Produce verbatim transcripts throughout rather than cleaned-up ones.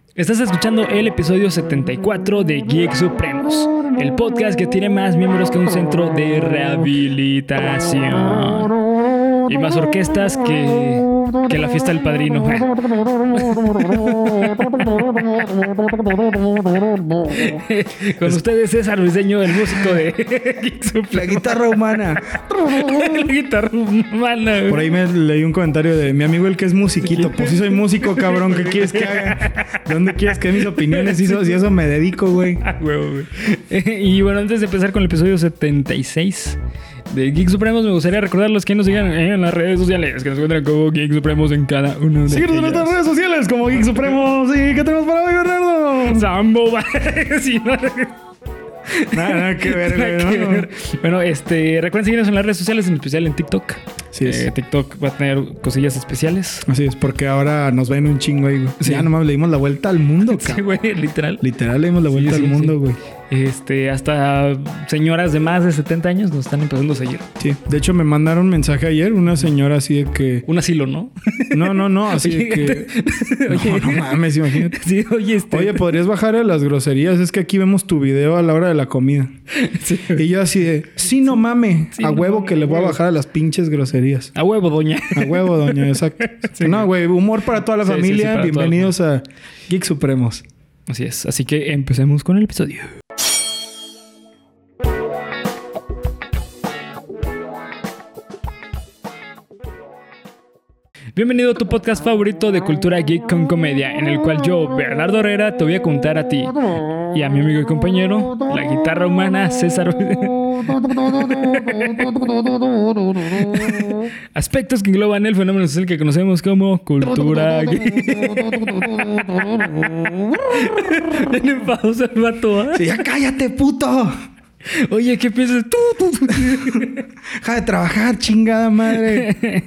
Estás escuchando el episodio setenta y cuatro de Geek Supremos, el podcast que tiene más miembros que un centro de rehabilitación y más orquestas que, que la fiesta del padrino. Con ustedes César Briseño, el músico de Geek Supremos. La guitarra humana. La guitarra humana. Por ahí me leí un comentario de mi amigo el que es musiquito. Pues sí soy músico, cabrón. ¿Qué quieres que haga? ¿De dónde quieres que dé mis opiniones? Si eso, si eso me dedico, güey. Ah, huevo, güey. Y bueno, antes de empezar con el episodio setenta y seis de Geek Supremos, me gustaría recordarles que nos sigan en las redes sociales, que nos encuentran como Geek Supremos en cada uno de Síguenos en nuestras redes sociales como Geek Supremos. ¿Y qué tenemos para hoy, Bernardo? Sambo. Sí, no. Nada, nada que ver, güey. Nada que ¿no? ver. Bueno, este, recuerden seguirnos en las redes sociales, en especial en TikTok. Sí, eh, sí. TikTok va a tener cosillas especiales. Así es, porque ahora nos ven un chingo ahí, güey. Sí. Ya nomás le dimos la vuelta al mundo, Sí, cabrón. güey, literal. Literal le dimos la vuelta Sí, al sí, mundo, sí. güey. Este, hasta señoras de más de setenta años nos están empezando a seguir. Sí. De hecho, me mandaron un mensaje ayer, una señora así de que... Un asilo, ¿no? No, no, no, así de que... No, no mames, imagínate. Sí, oye, este... Oye, ¿podrías bajar a las groserías? Es que aquí vemos tu video a la hora de la comida. Sí. Y yo así de... Sí, no mame. Sí, a no huevo mames, que le voy a huevo. bajar a las pinches groserías. A huevo, doña. A huevo, doña, exacto. Sí. No, güey, humor para toda la Sí, sí, sí, familia. para toda la Bienvenidos a Geek Supremos. Así es. Así que empecemos con el episodio. Bienvenido a tu podcast favorito de cultura geek con comedia, en el cual yo, Bernardo Herrera, te voy a contar a ti y a mi amigo y compañero, la guitarra humana, César. Aspectos que engloban el fenómeno social que conocemos como cultura geek. Tiene pausa el vato, ¿eh? Sí, ya cállate, puto. Oye, ¿qué piensas tú? tú, tú? Deja de trabajar, chingada madre.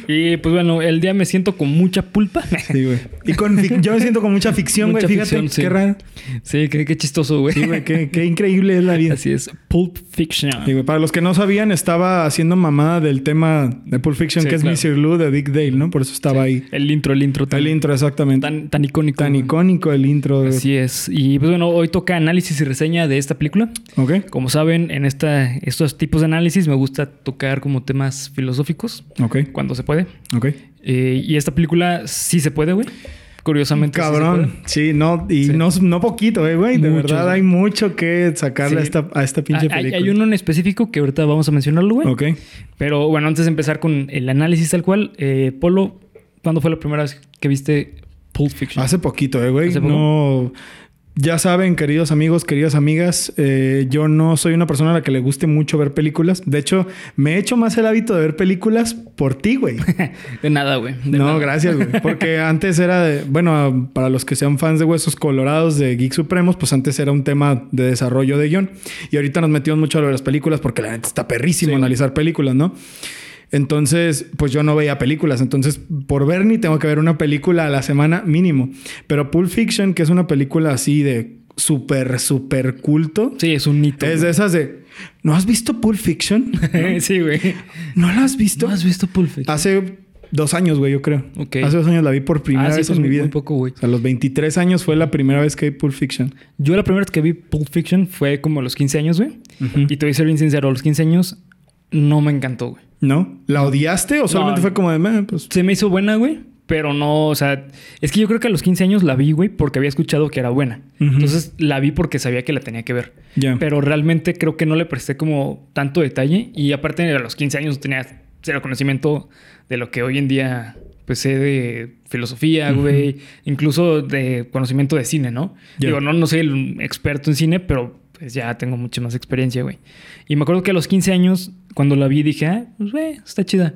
Y pues bueno, el día me siento con mucha pulpa. Sí, güey. Y con fic- yo me siento con mucha ficción, güey. Mucha Fíjate, ficción, sí. qué raro. Sí, qué, qué chistoso, güey. Sí, güey, qué, qué increíble es la vida. Así es, Pulp Fiction. Sí, güey. Para los que no sabían, estaba haciendo mamada del tema de Pulp Fiction, Sí, que claro. es mister Lou de Dick Dale, ¿no? Por eso estaba ahí. El intro, el intro. Tan, El intro, exactamente. Tan, tan icónico. Tan güey. icónico el intro. de- Así es. Y pues bueno, hoy toca análisis y reseña de esta película. Ok, Como saben, en esta, estos tipos de análisis me gusta tocar como temas filosóficos ok, cuando se puede. ok. Eh, y esta película sí se puede, güey. Curiosamente. sí se Cabrón. puede. Sí, no, y Sí. no, no poquito, eh, güey. De Mucho, verdad sí. hay mucho que sacarle Sí. a, esta, a esta pinche Hay, película. hay uno en específico que ahorita vamos a mencionarlo, güey. Ok. Pero bueno, antes de empezar con el análisis tal cual, eh, Polo, ¿cuándo fue la primera vez que viste Pulp Fiction? Hace poquito, eh, güey. ¿Hace poco? No... Ya saben, queridos amigos, queridas amigas, eh, yo no soy una persona a la que le guste mucho ver películas. De hecho, me he hecho más el hábito de ver películas por ti, güey. De nada, güey. de No, nada. gracias, güey. Porque antes era de... Bueno, para los que sean fans de Huesos Colorados de Geek Supremos, pues antes era un tema de desarrollo de guión. Y ahorita nos metimos mucho a lo de las películas porque la neta está perrísimo Sí. analizar películas, ¿no? Entonces, pues yo no veía películas. Entonces, por Bernie tengo que ver una película a la semana mínimo. Pero Pulp Fiction, que es una película así de súper, súper culto. Sí, es un hito. Es de esas de... ¿No has visto Pulp Fiction? güey. Sí, güey. ¿No la has visto? ¿No has visto Pulp Fiction? Hace dos años, güey, yo creo. Ok. Hace dos años la vi por primera Ah, sí, vez pues en mi muy- vida. muy poco, güey. O sea, a los veintitrés años fue la primera vez que vi Pulp Fiction. Yo la primera vez que vi Pulp Fiction fue como a los quince años, güey. Ujú. Y te voy a ser bien sincero, a los quince años no me encantó, güey. ¿No? ¿La odiaste o solamente No. fue como de... "Meh, pues... Se me hizo buena, güey. Pero no, o sea... Es que yo creo que a los quince años la vi, güey, porque había escuchado que era buena. Ujú. Entonces la vi porque sabía que la tenía que ver. Ya. Pero realmente creo que no le presté como tanto detalle. Y aparte a los quince años tenía cero conocimiento de lo que hoy en día pues sé de filosofía, Ujú. güey. Incluso de conocimiento de cine, ¿no? Ya. Digo, no, no soy el experto en cine, pero pues ya tengo mucha más experiencia, güey. Y me acuerdo que a los quince años, cuando la vi, dije, ah, pues, güey, está chida.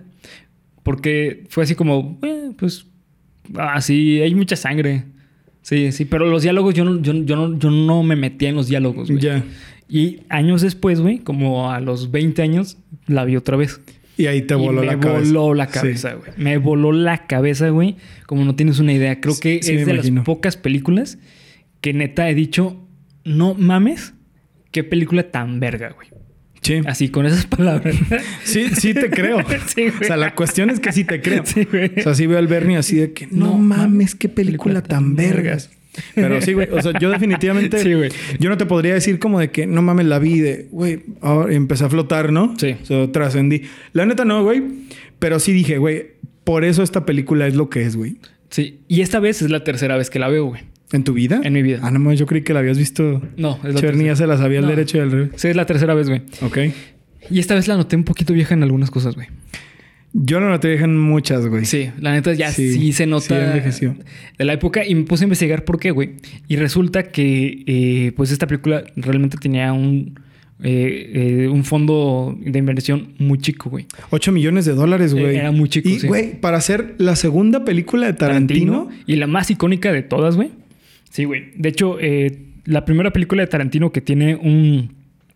Porque fue así como, eh, pues, ah, sí, hay mucha sangre. Sí, sí, pero los diálogos, yo no, yo, yo no, yo no me metía en los diálogos, güey. Ya. Y años después, güey, como a los veinte años, la vi otra vez. Y ahí te Y voló me la cabeza. voló la Sí. cabeza, güey. Me voló la cabeza, güey. Como no tienes una idea. Creo que Sí, me es de imagino. las pocas películas que neta he dicho, no mames, qué película tan verga, güey. Sí. Así, con esas palabras. Sí, sí te creo. Sí, güey. O sea, la cuestión es que sí te creo. Sí, güey. O sea, sí veo al Bernie así de que... No, No mames, mames, qué película, tan vergas. Pero sí, güey. O sea, yo definitivamente... Sí, güey. Yo no te podría decir como de que, no mames, la vi de... Güey, ahora empecé a flotar, ¿no? Sí. O sea, trascendí. La neta no, güey. Pero sí dije, güey, por eso esta película es lo que es, güey. Sí. Y esta vez es la tercera vez que la veo, güey. ¿En tu vida? En mi vida. Ah, no mames, yo creí que la habías visto... No, es la Cherny ya tercera. se la sabía al No. derecho y al revés. Sí, es la tercera vez, güey. Ok. Y esta vez la noté un poquito vieja en algunas cosas, güey. Yo no te dejan muchas, güey. Sí, la neta ya sí, Sí, se nota sí envejeció. de la época. Y me puse a investigar por qué, güey. Y resulta que eh, pues esta película realmente tenía un, eh, eh, un fondo de inversión muy chico, güey. ocho millones de dólares, güey. Eh, era muy chico, Y, sí. güey, para hacer la segunda película de Tarantino... Y la más icónica de todas, güey. Sí, güey. De hecho, eh, la primera película de Tarantino que tiene un,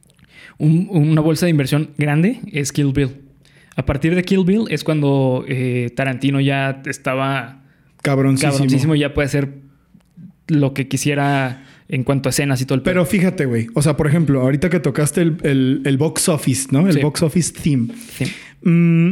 un- una bolsa de inversión grande es Kill Bill. A partir de Kill Bill es cuando eh, Tarantino ya estaba Cabroncísimo. cabroncísimo y ya puede hacer lo que quisiera en cuanto a escenas y todo el pedo. Pero fíjate, güey. O sea, por ejemplo, ahorita que tocaste el, el- el box office, ¿no? El Sí. box office theme. Sí. Mm,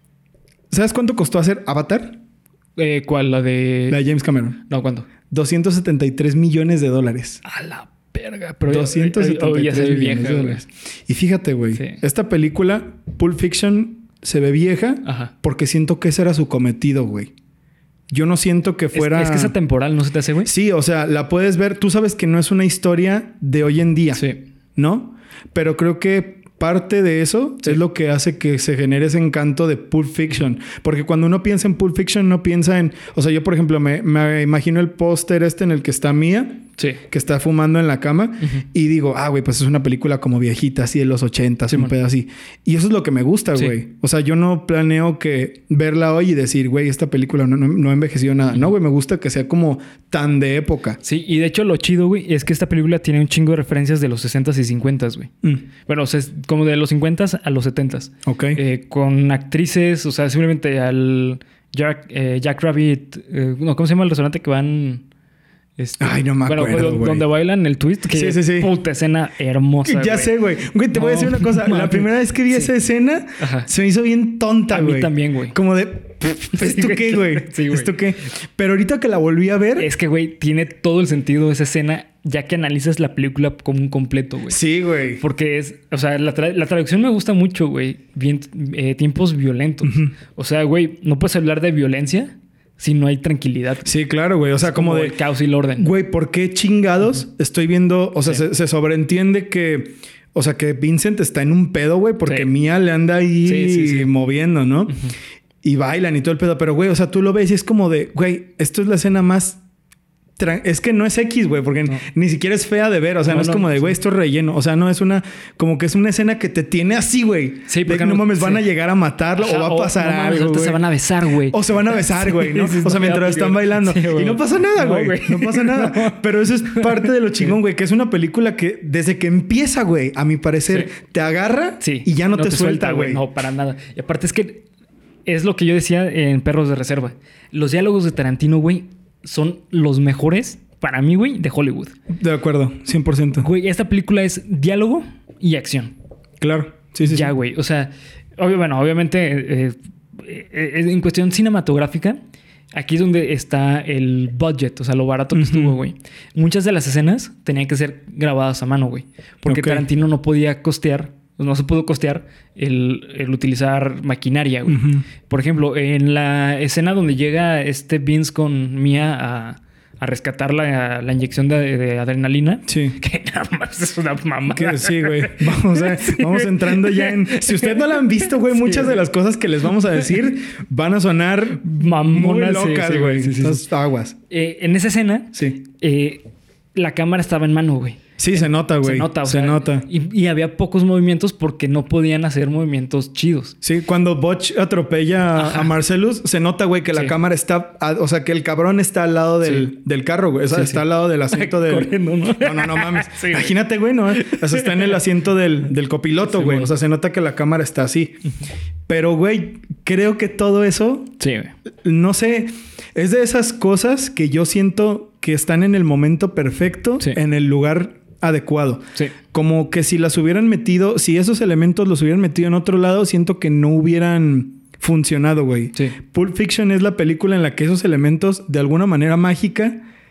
¿Sabes cuánto costó hacer Avatar? Eh, ¿Cuál? La de... La de James Cameron. No, ¿cuándo? doscientos setenta y tres millones de dólares. A la verga. Pero ya- doscientos setenta oh, y ya se tres ve millones vieja, de güey. dólares. Y fíjate, güey. Sí. Esta película, Pulp Fiction, se ve vieja Ajá. porque siento que ese era su cometido, güey. Yo no siento que Es- fuera... Es, que es atemporal, ¿no se te hace, güey? Sí, o sea, la puedes ver. Tú sabes que no es una historia de hoy en día, Sí. ¿no? Pero creo que parte de eso Sí. es lo que hace que se genere ese encanto de Pulp Fiction. Porque cuando uno piensa en Pulp Fiction, no piensa en... O sea, yo, por ejemplo, me, me imagino el póster este en el que está Mia, Sí. que está fumando en la cama, Ujú. y digo, ah, güey, pues es una película como viejita, así de los ochentas, Sí, un man. pedo así. Y eso es lo que me gusta, Sí. güey. O sea, yo no planeo que verla hoy y decir, güey, esta película no, no, no ha envejecido nada. No, güey, me gusta que sea como tan de época. Sí, y de hecho lo chido, güey, es que esta película tiene un chingo de referencias de los sesentas y cincuentas, güey. Mm. Bueno, o sea, es como de los cincuentas a los setentas. Ok. Eh, con actrices, o sea, simplemente al Jack, eh, Jack Rabbit... eh, no, ¿cómo se llama el restaurante que van...? Este, Ay, no me acuerdo, Bueno, güey. donde bailan el twist. Que Sí, sí, sí. Puta escena hermosa, Ya güey. sé, güey. Güey, te voy a No, decir una cosa. La mames. primera vez que vi Sí. esa escena, Ajá. se me hizo bien tonta, A mí güey. también, güey. Como de... "Pff, ¿Esto Sí, qué, güey. güey? Sí, güey. ¿Esto qué? Pero ahorita que la volví a ver... Es que, güey, tiene todo el sentido esa escena ya que analizas la película como un completo, güey. Sí, güey. Porque es, o sea, la, tra- la traducción me gusta mucho, güey. Bien, eh, tiempos violentos. Ujú. O sea, güey, no puedes hablar de violencia si no hay tranquilidad. Sí, claro, güey. O sea, como, de... el caos y el orden. Güey, ¿por qué chingados estoy viendo? O sea, Sí. se, se sobreentiende que... O sea, que Vincent está en un pedo, güey, porque Sí. Mia le anda ahí Sí, sí, sí. moviendo, ¿no? Y bailan y todo el pedo. Pero, güey, o sea, tú lo ves y es como de... Güey, esto es la escena más... tra- Es que no es X, güey, porque No. ni siquiera es fea de ver. O sea, no, No, es no, como de, sí. güey, esto es relleno. O sea, no es una... Como que es una escena que te tiene así, güey. Sí, De porque que no no- mames, van sí. a llegar a matarlo Ajá, o va a pasar no mames, algo, ahorita güey. se van a besar, güey. O se van a besar, güey, ¿no? Sí, sí, o sea, no, mientras ya, están güey. bailando. Sí, güey. Y no pasa nada, No, güey. güey. No, pasa nada. No. Pero eso es parte de lo chingón, güey. Que es una película que desde que empieza, güey, a mi parecer, Sí. te agarra Sí. y ya no, te, suelta, güey. No, para nada. Y aparte es que es lo que yo decía en Perros de Reserva. Los diálogos de Tarantino, güey, son los mejores para mí, güey, de Hollywood. De acuerdo, cien por ciento. Güey, esta película es diálogo y acción. Claro. Sí, sí, ya, sí. güey. O sea, obvio, bueno, obviamente, eh, eh, eh, en cuestión cinematográfica, aquí es donde está el budget, o sea, lo barato que Ujú. estuvo, güey. Muchas de las escenas tenían que ser grabadas a mano, güey. Porque Ok. Tarantino no podía costear, no se pudo costear el, el utilizar maquinaria, güey. Ujú. Por ejemplo, en la escena donde llega este Vince con Mia a, a rescatar la, la inyección de, de adrenalina. Sí. Que nada más es una mamada. Que sí, güey. Vamos, a- vamos entrando ya en... Si ustedes no la han visto, güey, Sí, muchas de güey. las cosas que les vamos a decir van a sonar muy Mamonas, sí, locas, sí, güey. sí, sí, sí. Estas aguas. Eh, en esa escena, Sí. eh, la cámara estaba en mano, güey. Sí, se nota, güey. Se nota, o Se sea, nota. Y, y había pocos movimientos porque no podían hacer movimientos chidos. Sí, cuando Butch atropella Ajá. a Marcellus, se nota, güey, que la Sí. cámara está... a- o sea, que el cabrón está al lado del, Sí. del carro, güey. O sea, Sí, está sí. al lado del asiento del... Corriendo, ¿no? No, no, no mames. Sí, güey. Imagínate, güey, ¿no? O sea, está en el asiento del, del copiloto, Sí, güey. güey. O sea, se nota que la cámara está así. Pero, güey, creo que todo eso... Sí, güey. No sé... Es de esas cosas que yo siento que están en el momento perfecto, Sí. en el lugar adecuado. Sí. Como que si las hubieran metido, si esos elementos los hubieran metido en otro lado, siento que no hubieran funcionado, güey. Sí. Pulp Fiction es la película en la que esos elementos, de alguna manera mágica,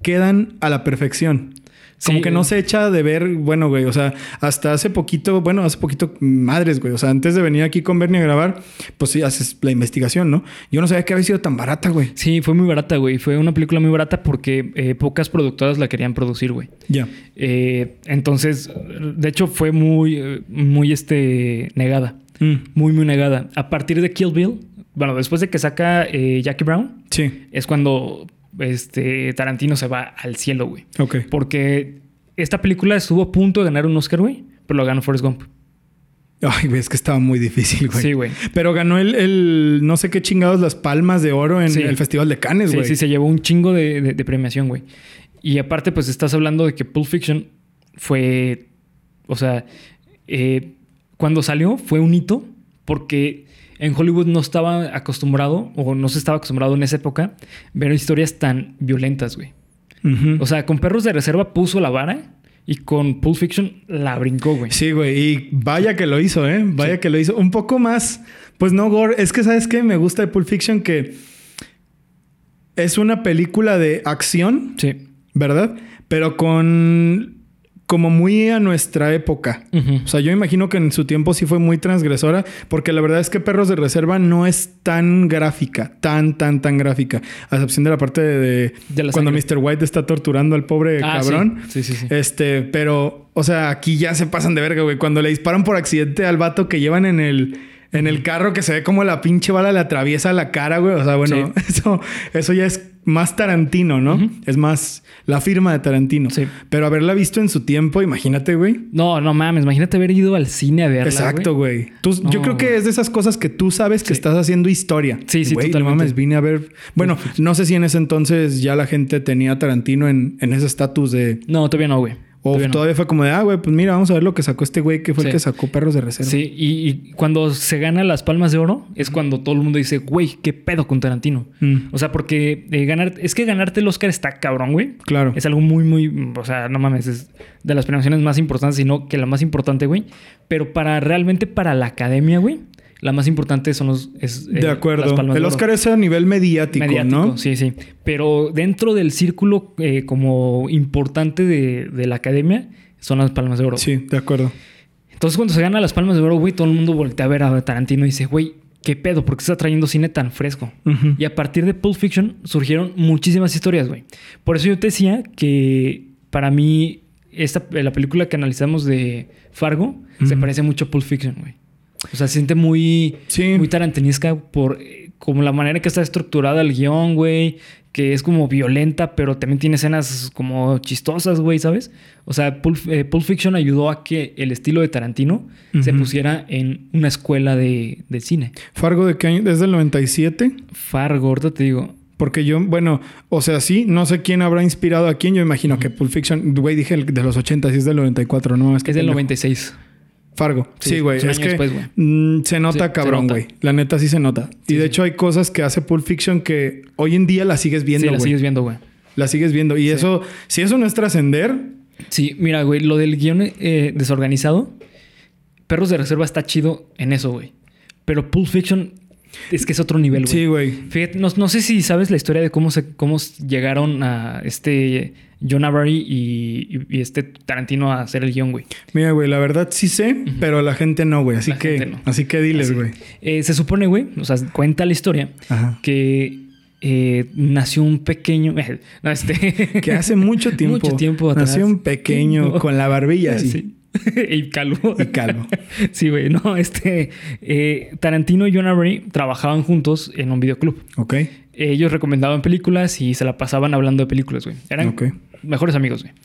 quedan a la perfección. Como Sí, que no se echa de ver, bueno, güey, o sea, hasta hace poquito, bueno, hace poquito, madres, güey, o sea, antes de venir aquí con Bernie a grabar, pues sí, haces la investigación, ¿no? Yo no sabía que había sido tan barata, güey. Sí, fue muy barata, güey. Fue una película muy barata porque eh, pocas productoras la querían producir, güey. Ya. Eh, entonces, de hecho, fue muy, eh, muy, este, negada. Mm. Muy, muy negada. A partir de Kill Bill, bueno, después de que saca eh, Jackie Brown, Sí. es cuando este, Tarantino se va al cielo, güey. Ok. Porque esta película estuvo a punto de ganar un Oscar, güey, pero lo ganó Forrest Gump. Ay, güey, es que estaba muy difícil, güey. Sí, güey. Pero ganó el, el no sé qué chingados, las palmas de oro en Sí. el Festival de Cannes, Sí, güey. sí, se llevó un chingo de, de, de premiación, güey. Y aparte, pues estás hablando de que Pulp Fiction fue... O sea, eh, cuando salió fue un hito porque en Hollywood no estaba acostumbrado, o no se estaba acostumbrado en esa época, ver historias tan violentas, güey. Ujú. O sea, con Perros de Reserva puso la vara y con Pulp Fiction la brincó, güey. Sí, güey. Y vaya que lo hizo, ¿eh? Vaya Sí. que lo hizo. Un poco más... Pues no, gore. Es que, ¿sabes qué? Me gusta de Pulp Fiction que... Es una película de acción, Sí. ¿verdad? Pero con... Como muy a nuestra época. Ujú. O sea, yo imagino que en su tiempo sí fue muy transgresora, porque la verdad es que Perros de Reserva no es tan gráfica, tan, tan, tan gráfica. A excepción de la parte de, de De la cuando sangre. mister White está torturando al pobre Ah, cabrón. Sí, sí, sí. sí. Este, pero, o sea, aquí ya se pasan de verga, güey. Cuando le disparan por accidente al vato que llevan en el, en el carro, que se ve como la pinche bala le atraviesa la cara, güey. O sea, bueno, Sí. eso, eso ya es más Tarantino, ¿no? Ujú. Es más la firma de Tarantino. Sí. Pero haberla visto en su tiempo, imagínate, güey. No, no mames. Imagínate haber ido al cine a verla, Exacto, güey. güey. Tú- No, yo creo que güey. es de esas cosas que tú sabes que Sí. estás haciendo historia. Sí, sí, Güey, no totalmente. mames, vine a ver... Bueno, no sé si en ese entonces ya la gente tenía a Tarantino en, en ese estatus de... No, todavía no, güey. O Todavía todavía, no. fue como de, ah, güey, pues mira, vamos a ver lo que sacó este güey que fue Sí. el que sacó Perros de Reserva. Sí, y, y cuando se gana las Palmas de Oro es cuando todo el mundo dice, güey, ¿qué pedo con Tarantino? Mm, O sea, porque eh, ganar... Es que ganarte el Oscar está cabrón, güey. claro. Es algo muy, muy... O sea, no mames, es de las premiaciones más importantes, sino que la más importante, güey. Pero para realmente para la academia, güey, la más importante son los... Es, eh, De acuerdo. las Palmas El de Oro. Oscar es a nivel mediático, Mediático, ¿no? sí, sí. Pero dentro del círculo eh, como importante de, de la academia son las Palmas de Oro. Sí, de acuerdo. Entonces, cuando se gana las Palmas de Oro, güey, todo el mundo voltea a ver a Tarantino y dice, güey, ¿qué pedo? ¿Por qué está trayendo cine tan fresco? Ujú. Y a partir de Pulp Fiction surgieron muchísimas historias, güey. Por eso yo te decía que para mí esta, la película que analizamos de Fargo se Ujú. parece mucho a Pulp Fiction, güey. O sea, se siente muy, Sí. muy tarantinesca por eh, como la manera que está estructurada el guión, güey. Que es como violenta, pero también tiene escenas como chistosas, güey, ¿sabes? O sea, Pulp, eh, Pulp Fiction ayudó a que el estilo de Tarantino se Ujú. pusiera en una escuela de, de cine. ¿Fargo de qué año? ¿Desde el noventa y siete? Fargo, ahorita te digo. Porque yo, bueno, o sea, sí, no sé quién habrá inspirado a quién. Yo imagino que Pulp Fiction, güey, dije el de los ochenta, sí es del noventa y cuatro, ¿no? Es del pendejo. noventa y seis. Fargo. Sí, Sí, güey. es un Es año que después, güey. mm, se nota Sí, se cabrón, nota. güey. La neta sí se nota. Sí, y de sí. hecho hay cosas que hace Pulp Fiction que hoy en día las sigues viendo, Sí, güey. la sigues viendo, güey. La sigues viendo. Y Sí. eso, si eso no es trascender, Sí, mira, güey, lo del guión eh, desorganizado, Perros de Reserva está chido en eso, güey. Pero Pulp Fiction es que es otro nivel, güey. sí, güey. Fíjate, no, no sé si sabes la historia de cómo se cómo llegaron a este John Avery y, y- y este Tarantino a hacer el guión, güey. Mira, güey, la verdad sí sé, pero la gente no, güey. Así La que, gente no. así que diles, Así. güey. Eh, se supone, güey, o sea, cuenta la historia Ajá. que eh, nació un pequeño... no, este... Que hace mucho tiempo. Mucho tiempo atrás. Nació un pequeño No. con la barbilla así. Sí. Y calvo. Y calvo. Sí, güey. No, este... eh, Tarantino y John Avery trabajaban juntos en un videoclub. Ok. Ellos recomendaban películas y se la pasaban hablando de películas, güey. Eran Ok. mejores amigos, güey.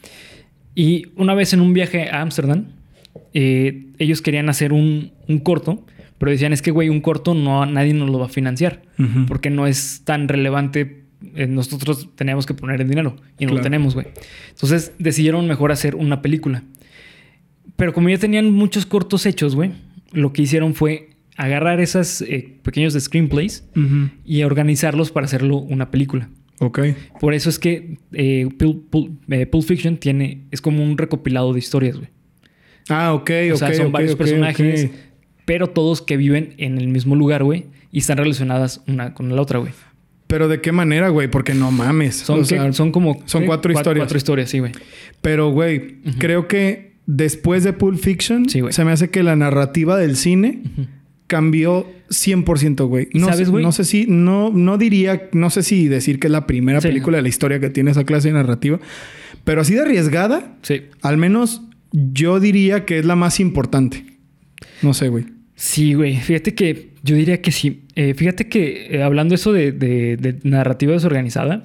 Y una vez en un viaje a Ámsterdam, eh, ellos querían hacer un, un corto, pero decían, es que, güey, un corto no, nadie nos lo va a financiar Ujú. porque no es tan relevante. eh, nosotros tenemos que poner el dinero y no lo Claro. tenemos, güey. Entonces decidieron mejor hacer una película. Pero como ya tenían muchos cortos hechos, güey, lo que hicieron fue agarrar esos eh, pequeños screenplays Ujú. y organizarlos para hacerlo una película. Ok. Por eso es que eh, Pulp, Pulp- eh, Pulp Fiction tiene, es como un recopilado de historias, güey. Ah, ok, O ok. sea, son ok, varios ok, personajes, ok. pero todos que viven en el mismo lugar, güey, y están relacionadas una con la otra, güey. Pero ¿de qué manera, güey? Porque no mames. Son, o sea, son como... Son ¿qué? cuatro historias. Cuatro historias, sí, güey. Pero, güey, uh-huh. creo que después de Pulp Fiction... Sí, se me hace que la narrativa del cine... Uh-huh. cambió cien por ciento, güey. No, ¿Sabes, güey? No sé si... No, no diría... No sé si decir que es la primera sí. película de la historia que tiene esa clase de narrativa. Pero así de arriesgada... Sí. Al menos yo diría que es la más importante. No sé, güey. Sí, güey. Fíjate que... Yo diría que sí. Eh, fíjate que... Eh, hablando eso de, de, de narrativa desorganizada...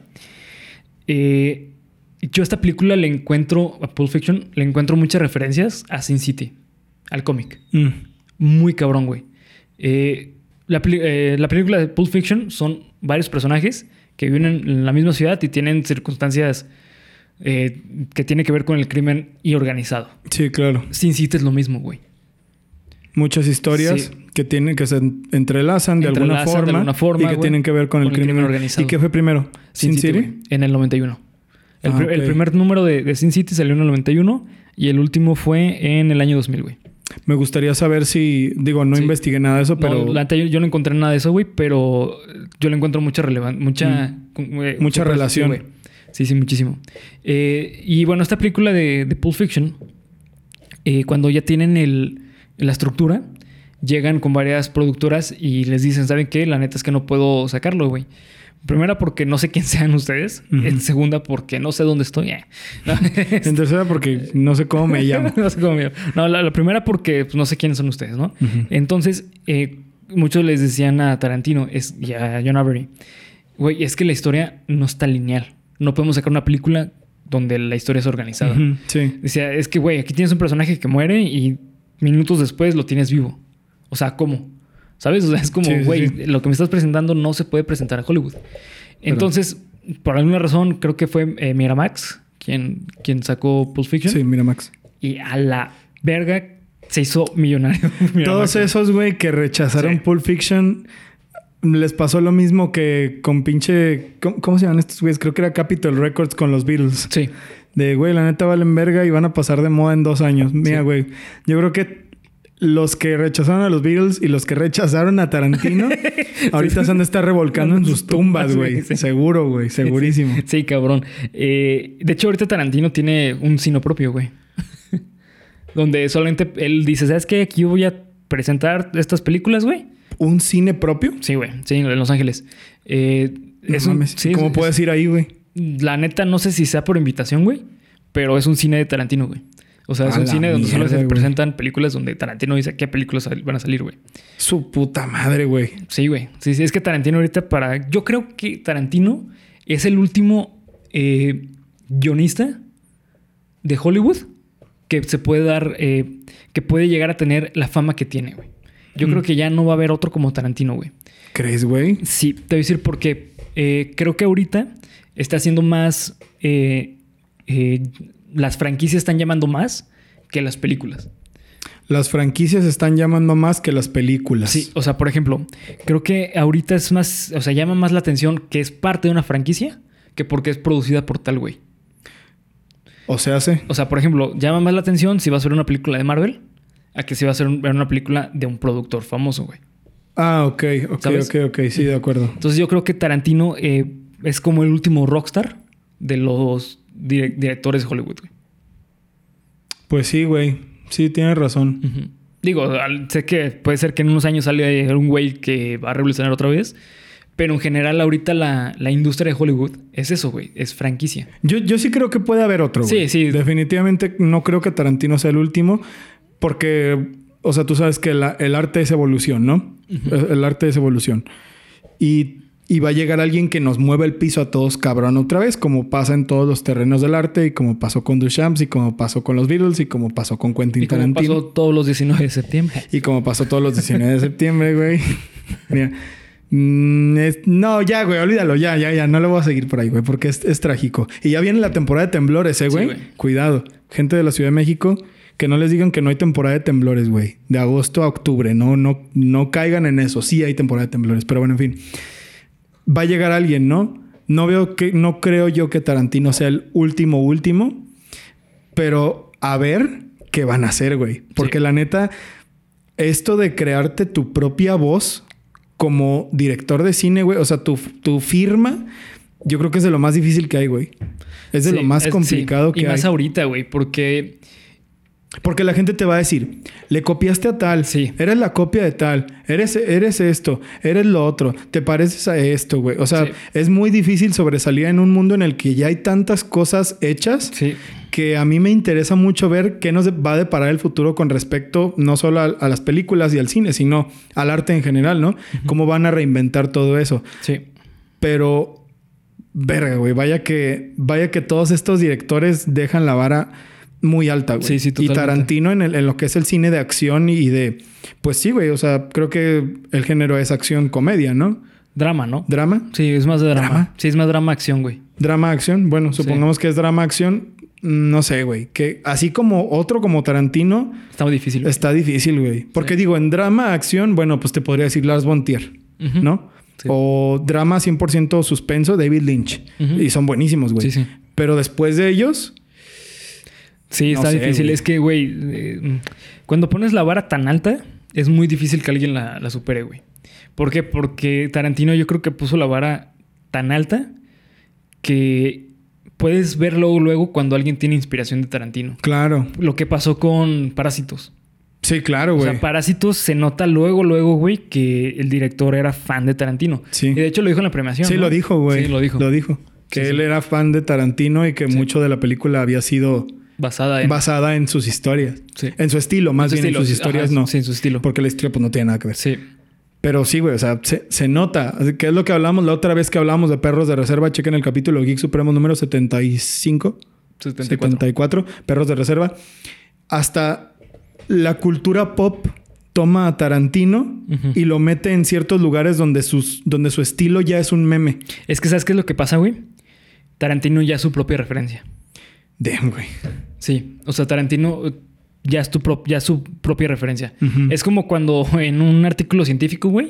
Eh, yo a esta película le encuentro... A Pulp Fiction... Le encuentro muchas referencias a Sin City. Al cómic. Mm. Muy cabrón, güey. Eh, la, eh, la película de Pulp Fiction son varios personajes que viven en la misma ciudad y tienen circunstancias eh, que tienen que ver con el crimen y organizado. Sí, claro. Sin City es lo mismo, güey. Muchas historias sí. que tienen que se entrelazan de, entrelazan alguna, forma, de alguna forma y que güey, tienen que ver con, con el, crimen. crimen organizado. ¿Y qué fue primero? Sin, Sin City, City? En el noventa y uno. El, ah, pr okay. el primer número de, de Sin City salió en el noventa y uno y el último fue en el año dos mil, güey. Me gustaría saber si... Digo, no sí. investigué nada de eso, pero... No, la neta, yo, yo no encontré nada de eso, güey. Pero yo le encuentro mucha relevancia... Mucha... Mm. Eh, mucha relación. Sí, sí, sí, muchísimo. Eh, y bueno, esta película de, de Pulp Fiction... Eh, cuando ya tienen el, la estructura... Llegan con varias productoras y les dicen... ¿Saben qué? La neta es que no puedo sacarlo, güey. Primera, porque no sé quién sean ustedes. Uh-huh. En segunda, porque no sé dónde estoy. Eh. No, en tercera, porque no sé cómo me llamo. no sé cómo me llamo. No, la, la primera, porque pues, no sé quiénes son ustedes, ¿no? Uh-huh. Entonces, eh, muchos les decían a Tarantino es, y a John Avery, güey, es que la historia no está lineal. No podemos sacar una película donde la historia es organizada. Uh-huh. Sí. Decía, es que, güey, aquí tienes un personaje que muere y minutos después lo tienes vivo. O sea, ¿cómo? ¿Sabes? O sea, es como, güey, sí, sí, sí. lo que me estás presentando no se puede presentar a Hollywood. Entonces, Pero... por alguna razón, creo que fue eh, Miramax quien, quien sacó Pulp Fiction. Sí, Miramax. Y a la verga se hizo millonario. Todos esos, güey, que rechazaron sí. Pulp Fiction, les pasó lo mismo que con pinche... ¿Cómo, cómo se llaman estos güeyes? Creo que era Capitol Records con los Beatles. Sí. De, güey, la neta valen verga y van a pasar de moda en dos años. Mira, güey, sí. yo creo que... Los que rechazaron a los Beatles y los que rechazaron a Tarantino ahorita se han de estar revolcando en sus tumbas, güey. Sí. Seguro, güey. Segurísimo. Sí, sí cabrón. Eh, de hecho, ahorita Tarantino tiene un cine propio, güey. Donde solamente él dice, ¿sabes qué? Aquí voy a presentar estas películas, güey. ¿Un cine propio? Sí, güey. Sí, en Los Ángeles. Eh, no es mames. Un, sí, ¿Cómo es, puedes ir ahí, güey? La neta, no sé si sea por invitación, güey. Pero es un cine de Tarantino, güey. O sea, es a un cine donde mierda, solo se presentan películas donde Tarantino dice qué películas van a salir, güey. Su puta madre, güey. Sí, güey. Sí, sí, es que Tarantino ahorita para... Yo creo que Tarantino es el último eh, guionista de Hollywood que se puede dar... Eh, que puede llegar a tener la fama que tiene, güey. Yo mm. creo que ya no va a haber otro como Tarantino, güey. ¿Crees, güey? Sí. Te voy a decir porque eh, creo que ahorita está haciendo más... Eh, eh, las franquicias están llamando más que las películas. Las franquicias están llamando más que las películas. Sí, o sea, por ejemplo, creo que ahorita es más... O sea, llama más la atención que es parte de una franquicia que porque es producida por tal güey. O sea, hace... O sea, por ejemplo, llama más la atención si va a ser una película de Marvel a que si va a ser una película de un productor famoso, güey. Ah, ok. Ok, ¿sabes? ok, ok. Sí, de acuerdo. Entonces yo creo que Tarantino eh, es como el último rockstar de los... directores de Hollywood, güey. Pues sí, güey. Sí, tienes razón. Uh-huh. Digo, sé que puede ser que en unos años salga un güey que va a revolucionar otra vez. Pero en general, ahorita la, la industria de Hollywood es eso, güey. Es franquicia. Yo, yo sí creo que puede haber otro, güey. Sí, sí. Definitivamente no creo que Tarantino sea el último. Porque, o sea, tú sabes que la, el arte es evolución, ¿no? Uh-huh. El arte es evolución. Y... Y va a llegar alguien que nos mueva el piso a todos cabrón otra vez, como pasa en todos los terrenos del arte y como pasó con Duchamp y como pasó con los Beatles y como pasó con Quentin y Tarantino. Y como pasó todos los diecinueve de septiembre. Y como pasó todos los diecinueve de septiembre, güey. Mira. Mm, es, no, ya, güey, olvídalo. Ya, ya, ya. No lo voy a seguir por ahí, güey, porque es, es trágico. Y ya viene la temporada de temblores, ¿eh, güey? Sí, güey. Cuidado. Gente de la Ciudad de México, que no les digan que no hay temporada de temblores, güey. De agosto a octubre. No, no, no caigan en eso. Sí hay temporada de temblores. Pero bueno, en fin. Va a llegar alguien, ¿no? No veo que... No creo yo que Tarantino sea el último último. Pero a ver qué van a hacer, güey. Porque sí. la neta... Esto de crearte tu propia voz como director de cine, güey, o sea, tu, tu firma, yo creo que es de lo más difícil que hay, güey. Es de Sí, lo más es- complicado sí. que Y más hay. ahorita, güey, porque Porque la gente te va a decir, le copiaste a tal, Sí. eres la copia de tal, eres, eres esto, eres lo otro, te pareces a esto, güey. O sea, Sí. es muy difícil sobresalir en un mundo en el que ya hay tantas cosas hechas sí, que a mí me interesa mucho ver qué nos va a deparar el futuro con respecto no solo a, a las películas y al cine, sino al arte en general, ¿no? Cómo van a reinventar todo eso. sí. Pero, verga, güey, vaya que, vaya que todos estos directores dejan la vara muy alta, güey. Sí, sí, y totalmente. Tarantino en, el- en lo que es el cine de acción y de... Pues sí, güey, o sea, creo que el género es acción-comedia, ¿no? Drama, ¿no? ¿Drama? Sí, es más de drama. ¿Drama? Sí, es más drama-acción, güey. ¿Drama-acción? Bueno, supongamos que es drama-acción. No sé, güey. Que así como otro como Tarantino, Está muy difícil. güey. está difícil, güey. Porque Sí. digo, en drama-acción, bueno, pues te podría decir Lars von Trier, Ujú. ¿no? Sí. O drama cien por ciento suspenso, David Lynch. Ujú. Y son buenísimos, güey. Sí, sí. Pero después de ellos... Sí, No está sé, difícil. güey. Es que, güey, eh, cuando pones la vara tan alta, es muy difícil que alguien la, la supere, güey. ¿Por qué? Porque Tarantino yo creo que puso la vara tan alta que puedes ver luego, luego cuando alguien tiene inspiración de Tarantino. Claro. Lo que pasó con Parásitos. Sí, claro, O güey. sea, Parásitos se nota luego, luego, güey, que el director era fan de Tarantino. Sí. Y de hecho lo dijo en la premiación. Sí, ¿no? lo dijo, güey. Sí, lo dijo. Lo dijo. Que Sí, él sí. era fan de Tarantino y que Sí. mucho de la película había sido Basada en... basada en sus historias. Sí. En su estilo, más En su bien estilo. en sus historias Ajá, no. Sí, en su estilo. Porque la historia pues no tiene nada que ver. Sí. Pero sí, güey, o sea, se, se nota. ¿Qué es lo que hablamos la otra vez que hablamos de Perros de Reserva? Chequen el capítulo Geek Supremo número setenta y cinco. setenta y cuatro. setenta y cuatro. Perros de Reserva. Hasta la cultura pop toma a Tarantino Ujú. y lo mete en ciertos lugares donde, sus, donde su estilo ya es un meme. Es que, ¿sabes qué es lo que pasa, güey? Tarantino ya es su propia referencia. Damn, güey. Sí. O sea, Tarantino eh, ya es, tu pro- ya es su propia referencia. Ujú. Es como cuando en un artículo científico, güey,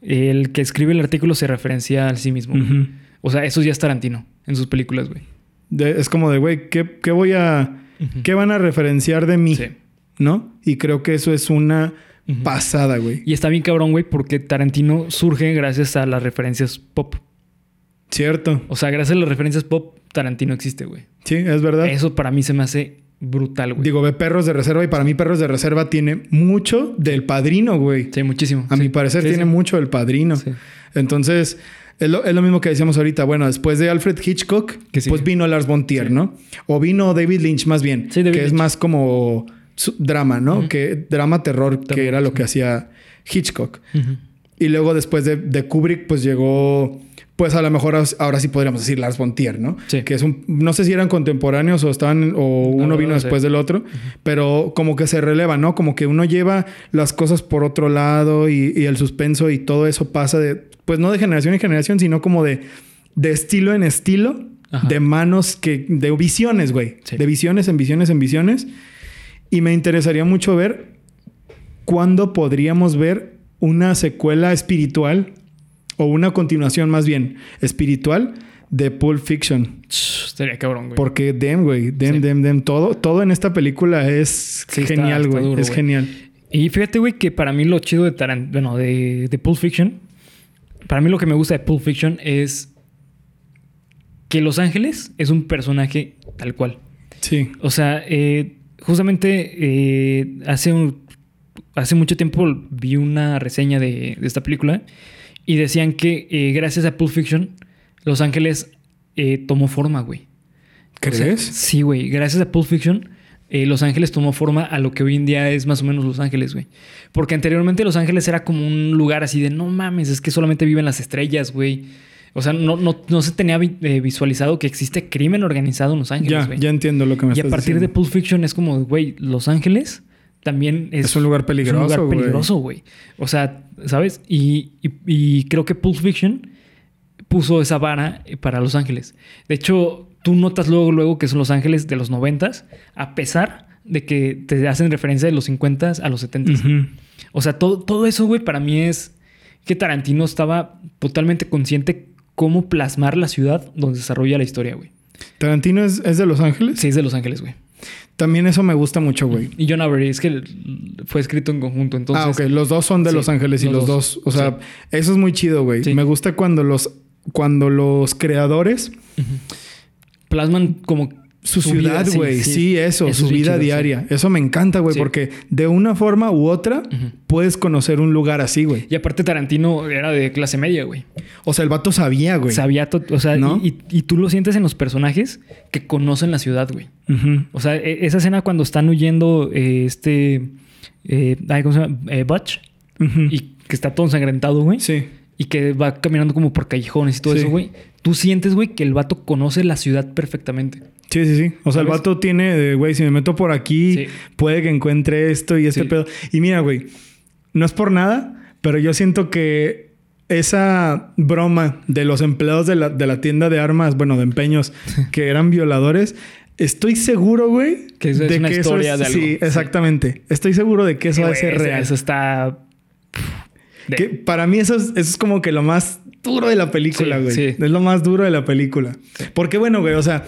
el que escribe el artículo se referencia a sí mismo. güey. Ujú. O sea, eso ya es Tarantino en sus películas, güey. De- es como de, güey, ¿qué, qué voy a... Ujú. ¿Qué van a referenciar de mí? Sí. ¿No? Y creo que eso es una Ujú. pasada, güey. Y está bien cabrón, güey, porque Tarantino surge gracias a las referencias pop. Cierto. O sea, gracias a las referencias pop, Tarantino existe, güey. Sí, es verdad. Eso para mí se me hace brutal, güey. Digo, ve Perros de Reserva y para mí Perros de Reserva tiene mucho del Padrino, güey. Sí, muchísimo. A Sí. mi parecer Sí, tiene sí. mucho del Padrino. Sí. Entonces, es lo, es lo mismo que decíamos ahorita. Bueno, después de Alfred Hitchcock, ¿Qué sigue? pues vino Lars von Trier, Sí. ¿no? O vino David Lynch más bien. Sí, David que es Lynch. más como su- drama, ¿no? Ujú. Que drama, terror, Terror, que era lo sí. que hacía Hitchcock. Ujú. Y luego después de, de Kubrick, pues llegó... Pues a lo mejor as- ahora sí podríamos decir Lars von Trier, ¿no? Sí. Que es un... No sé si eran contemporáneos o estaban... O uno verdad vino no sé. después del otro. Pero como que se releva, ¿no? Como que uno lleva las cosas por otro lado y, y el suspenso y todo eso pasa de... Pues no de generación en generación, sino como de... De estilo en estilo. Ajá. De manos que... De visiones, güey. Sí. De visiones en visiones en visiones. Y me interesaría mucho ver... ¿Cuándo podríamos ver una secuela espiritual... O una continuación más bien espiritual de Pulp Fiction. Ch, Estaría cabrón, güey. Porque damn, güey. Damn, Sí. damn, damn. Todo, todo en esta película es Sí, está- genial, está güey. duro, Es güey. genial. Y fíjate, güey, que para mí lo chido de Tarant... Bueno, de, de Pulp Fiction... Para mí lo que me gusta de Pulp Fiction es... Que Los Ángeles es un personaje tal cual. Sí. O sea, eh, justamente eh, hace, un, hace mucho tiempo vi una reseña de, de esta película y decían que eh, gracias a Pulp Fiction, Los Ángeles eh, tomó forma, güey. O sea, ¿Crees? sí, güey. Gracias a Pulp Fiction, eh, Los Ángeles tomó forma a lo que hoy en día es más o menos Los Ángeles, güey. Porque anteriormente Los Ángeles era como un lugar así de no mames, es que solamente viven las estrellas, güey. O sea, no, no, no se tenía vi- eh, visualizado que existe crimen organizado en Los Ángeles, Ya, güey. ya entiendo lo que me Y a estás partir de diciendo. Pulp Fiction es como, güey, Los Ángeles también es, Es un lugar peligroso, es un lugar güey. peligroso, güey. O sea, ¿sabes? Y, y- y creo que Pulp Fiction puso esa vara para Los Ángeles. De hecho, tú notas luego, luego que son Los Ángeles de los noventas, a pesar de que te hacen referencia de los cincuentas a los setentas. Ujú. O sea, todo, todo eso, güey, para mí es que Tarantino estaba totalmente consciente cómo plasmar la ciudad donde se desarrolla la historia, güey. ¿Tarantino es, es de Los Ángeles? Sí, es de Los Ángeles, güey. También eso me gusta mucho, güey. Y John Avery, es que fue escrito en conjunto, entonces... Ah, ok. Los dos son de sí, Los Ángeles y los, los dos. dos. O sea, sí. Eso es muy chido, güey. Sí. Me gusta cuando los, cuando los creadores... Uh-huh. Plasman como... Su, su ciudad, güey. Sí, sí, eso. eso su vida chido, diaria. Sí. Eso me encanta, güey. Sí. Porque de una forma u otra uh-huh. puedes conocer un lugar así, güey. Y aparte Tarantino era de clase media, güey. O sea, el vato sabía, güey. Sabía... To- o sea, ¿no? y, y, y tú lo sientes en los personajes que conocen la ciudad, güey. Uh-huh. O sea, esa escena cuando están huyendo eh, este... Eh, ¿Cómo se llama? Eh, Butch. Uh-huh. Y que está todo ensangrentado, güey. Sí. Y que va caminando como por callejones y todo sí. eso, güey. Tú sientes, güey, que el vato conoce la ciudad perfectamente. Sí, sí, sí. O sea, ¿sabes? El vato tiene, güey, si me meto por aquí, sí. puede que encuentre esto y este sí. pedo. Y mira, güey, no es por nada, pero yo siento que esa broma de los empleados de la, de la tienda de armas, bueno, de empeños, que eran violadores, estoy seguro, güey, que eso es de una que historia eso es, de algo. Sí, exactamente. Sí. Estoy seguro de que eso va a ser real. Eso está... De... Que para mí eso es, eso es como que lo más duro de la película, güey. Sí, sí. Es lo más duro de la película. Sí. Porque, bueno, güey, o sea...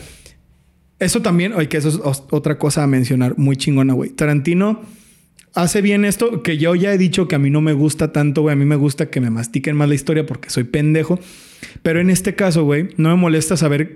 Eso también... Oye, que eso es otra cosa a mencionar. Muy chingona, güey. Tarantino hace bien esto que yo ya he dicho que a mí no me gusta tanto, güey. A mí me gusta que me mastiquen más la historia porque soy pendejo. Pero en este caso, güey, no me molesta saber...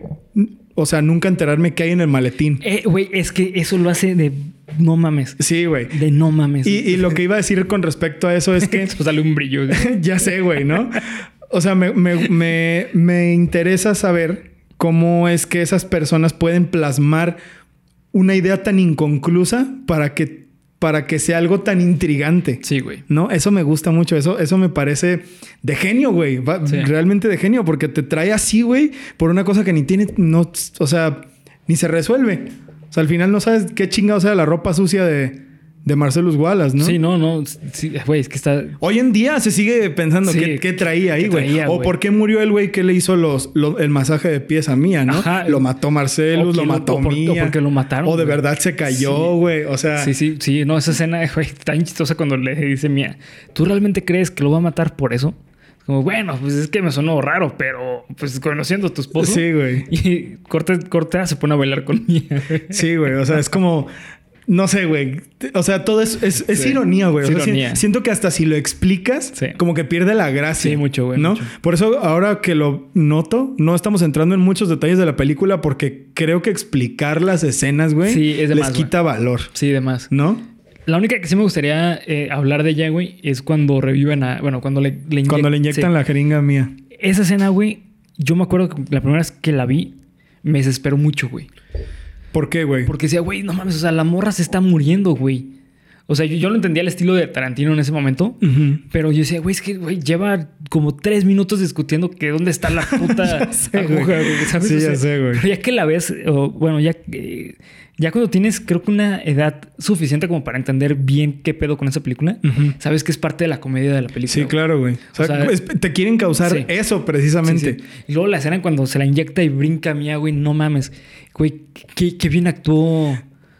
O sea, nunca enterarme qué hay en el maletín. Eh, güey, es que eso lo hace de... No mames. Sí, güey. De no mames. Y, y lo que iba a decir con respecto a eso es que... Eso sale un brillo. Ya sé, güey, ¿no? O sea, me, me, me, me interesa saber cómo es que esas personas pueden plasmar una idea tan inconclusa para que, para que sea algo tan intrigante. Sí, güey. ¿No? Eso me gusta mucho. Eso, eso me parece de genio, güey. Sí. Realmente de genio. Porque te trae así, güey, por una cosa que ni tiene... No, o sea, ni se resuelve. O sea, al final no sabes qué chingado sea la ropa sucia de, de Marcellus Wallace, ¿no? Sí, no, no. Sí, güey, es que está... Hoy en día se sigue pensando sí, qué, qué traía ahí, güey. O por qué murió el güey que le hizo los, los, el masaje de pies a Mía, ¿no? Ajá. Lo mató Marcellus, lo mató lo, Mía. O porque lo mataron. O de güey. verdad se cayó, güey. Sí. O sea... Sí, sí, sí. No, esa escena, güey, tan chistosa cuando le dice Mía, ¿tú realmente crees que lo va a matar por eso? Como, bueno, pues es que me sonó raro, pero pues conociendo a tu esposo. Sí, güey. Y Cortés, Cortés se pone a bailar con Mía. Sí, güey. O sea, es como... No sé, güey. O sea, todo es, es, es sí. ironía, güey. O sea, ironía. Siento que hasta si lo explicas, sí. como que pierde la gracia. Sí, mucho, güey. ¿No? Mucho. Por eso, ahora que lo noto, no estamos entrando en muchos detalles de la película porque creo que explicar las escenas, güey, sí, es de les más, quita güey. valor. Sí, de más. ¿No? La única que sí me gustaría eh, hablar de ella, güey, es cuando reviven a... Bueno, cuando le, le inyectan... Cuando le inyectan sí. la jeringa Mía. Esa escena, güey, yo me acuerdo que la primera vez que la vi, me desesperó mucho, güey. ¿Por qué, güey? Porque decía, güey, no mames, o sea, la morra se está muriendo, güey. O sea, yo, yo no entendía el estilo de Tarantino en ese momento, uh-huh. pero yo decía, güey, es que, güey, lleva como tres minutos discutiendo que dónde está la puta sé, aguja, güey. ¿Sabes? Sí, o sea, ya sé, güey. Pero ya que la ves, o, bueno, ya, eh, ya cuando tienes, creo que una edad suficiente como para entender bien qué pedo con esa película, uh-huh. sabes que es parte de la comedia de la película. Sí, güey. Claro, güey. O sea, o sea es, te quieren causar sí. eso precisamente. Sí, sí. Y luego la escena cuando se la inyecta y brinca Mía, güey, no mames. Güey, qué, qué bien actuó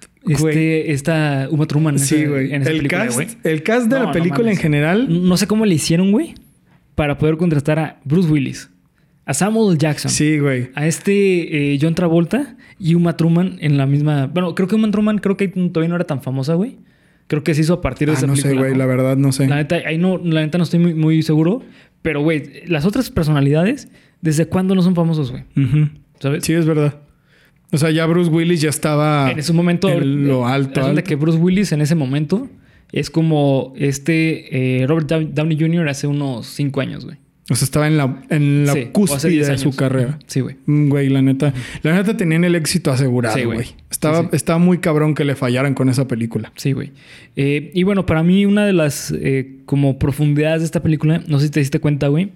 este, esta Uma Thurman sí, güey. En esa el película, cast, güey. El cast de no, la película no en general... No sé cómo le hicieron, güey, para poder contrastar a Bruce Willis, a Samuel Jackson. Sí, güey. A este eh, John Travolta y Uma Thurman en la misma... Bueno, creo que Uma Thurman creo que todavía no era tan famosa, güey. Creo que se hizo a partir de ah, esa no película. No sé, güey. ¿no? La verdad, no sé. La neta, ahí no, la neta no estoy muy, muy seguro. Pero, güey, las otras personalidades, ¿desde cuándo no son famosos, güey? Uh-huh. ¿Sabes? Sí, es verdad. O sea, ya Bruce Willis ya estaba... En ese momento... En lo alto. Es de que Bruce Willis en ese momento es como este eh, Robert Downey junior hace unos cinco años, güey. O sea, estaba en la, en la sí, cúspide de su carrera. Sí, güey. Güey, la neta. La neta tenían el éxito asegurado, güey. Sí, estaba, sí, sí. estaba muy cabrón que le fallaran con esa película. Sí, güey. Eh, y bueno, para mí una de las eh, como profundidades de esta película, no sé si te diste cuenta, güey,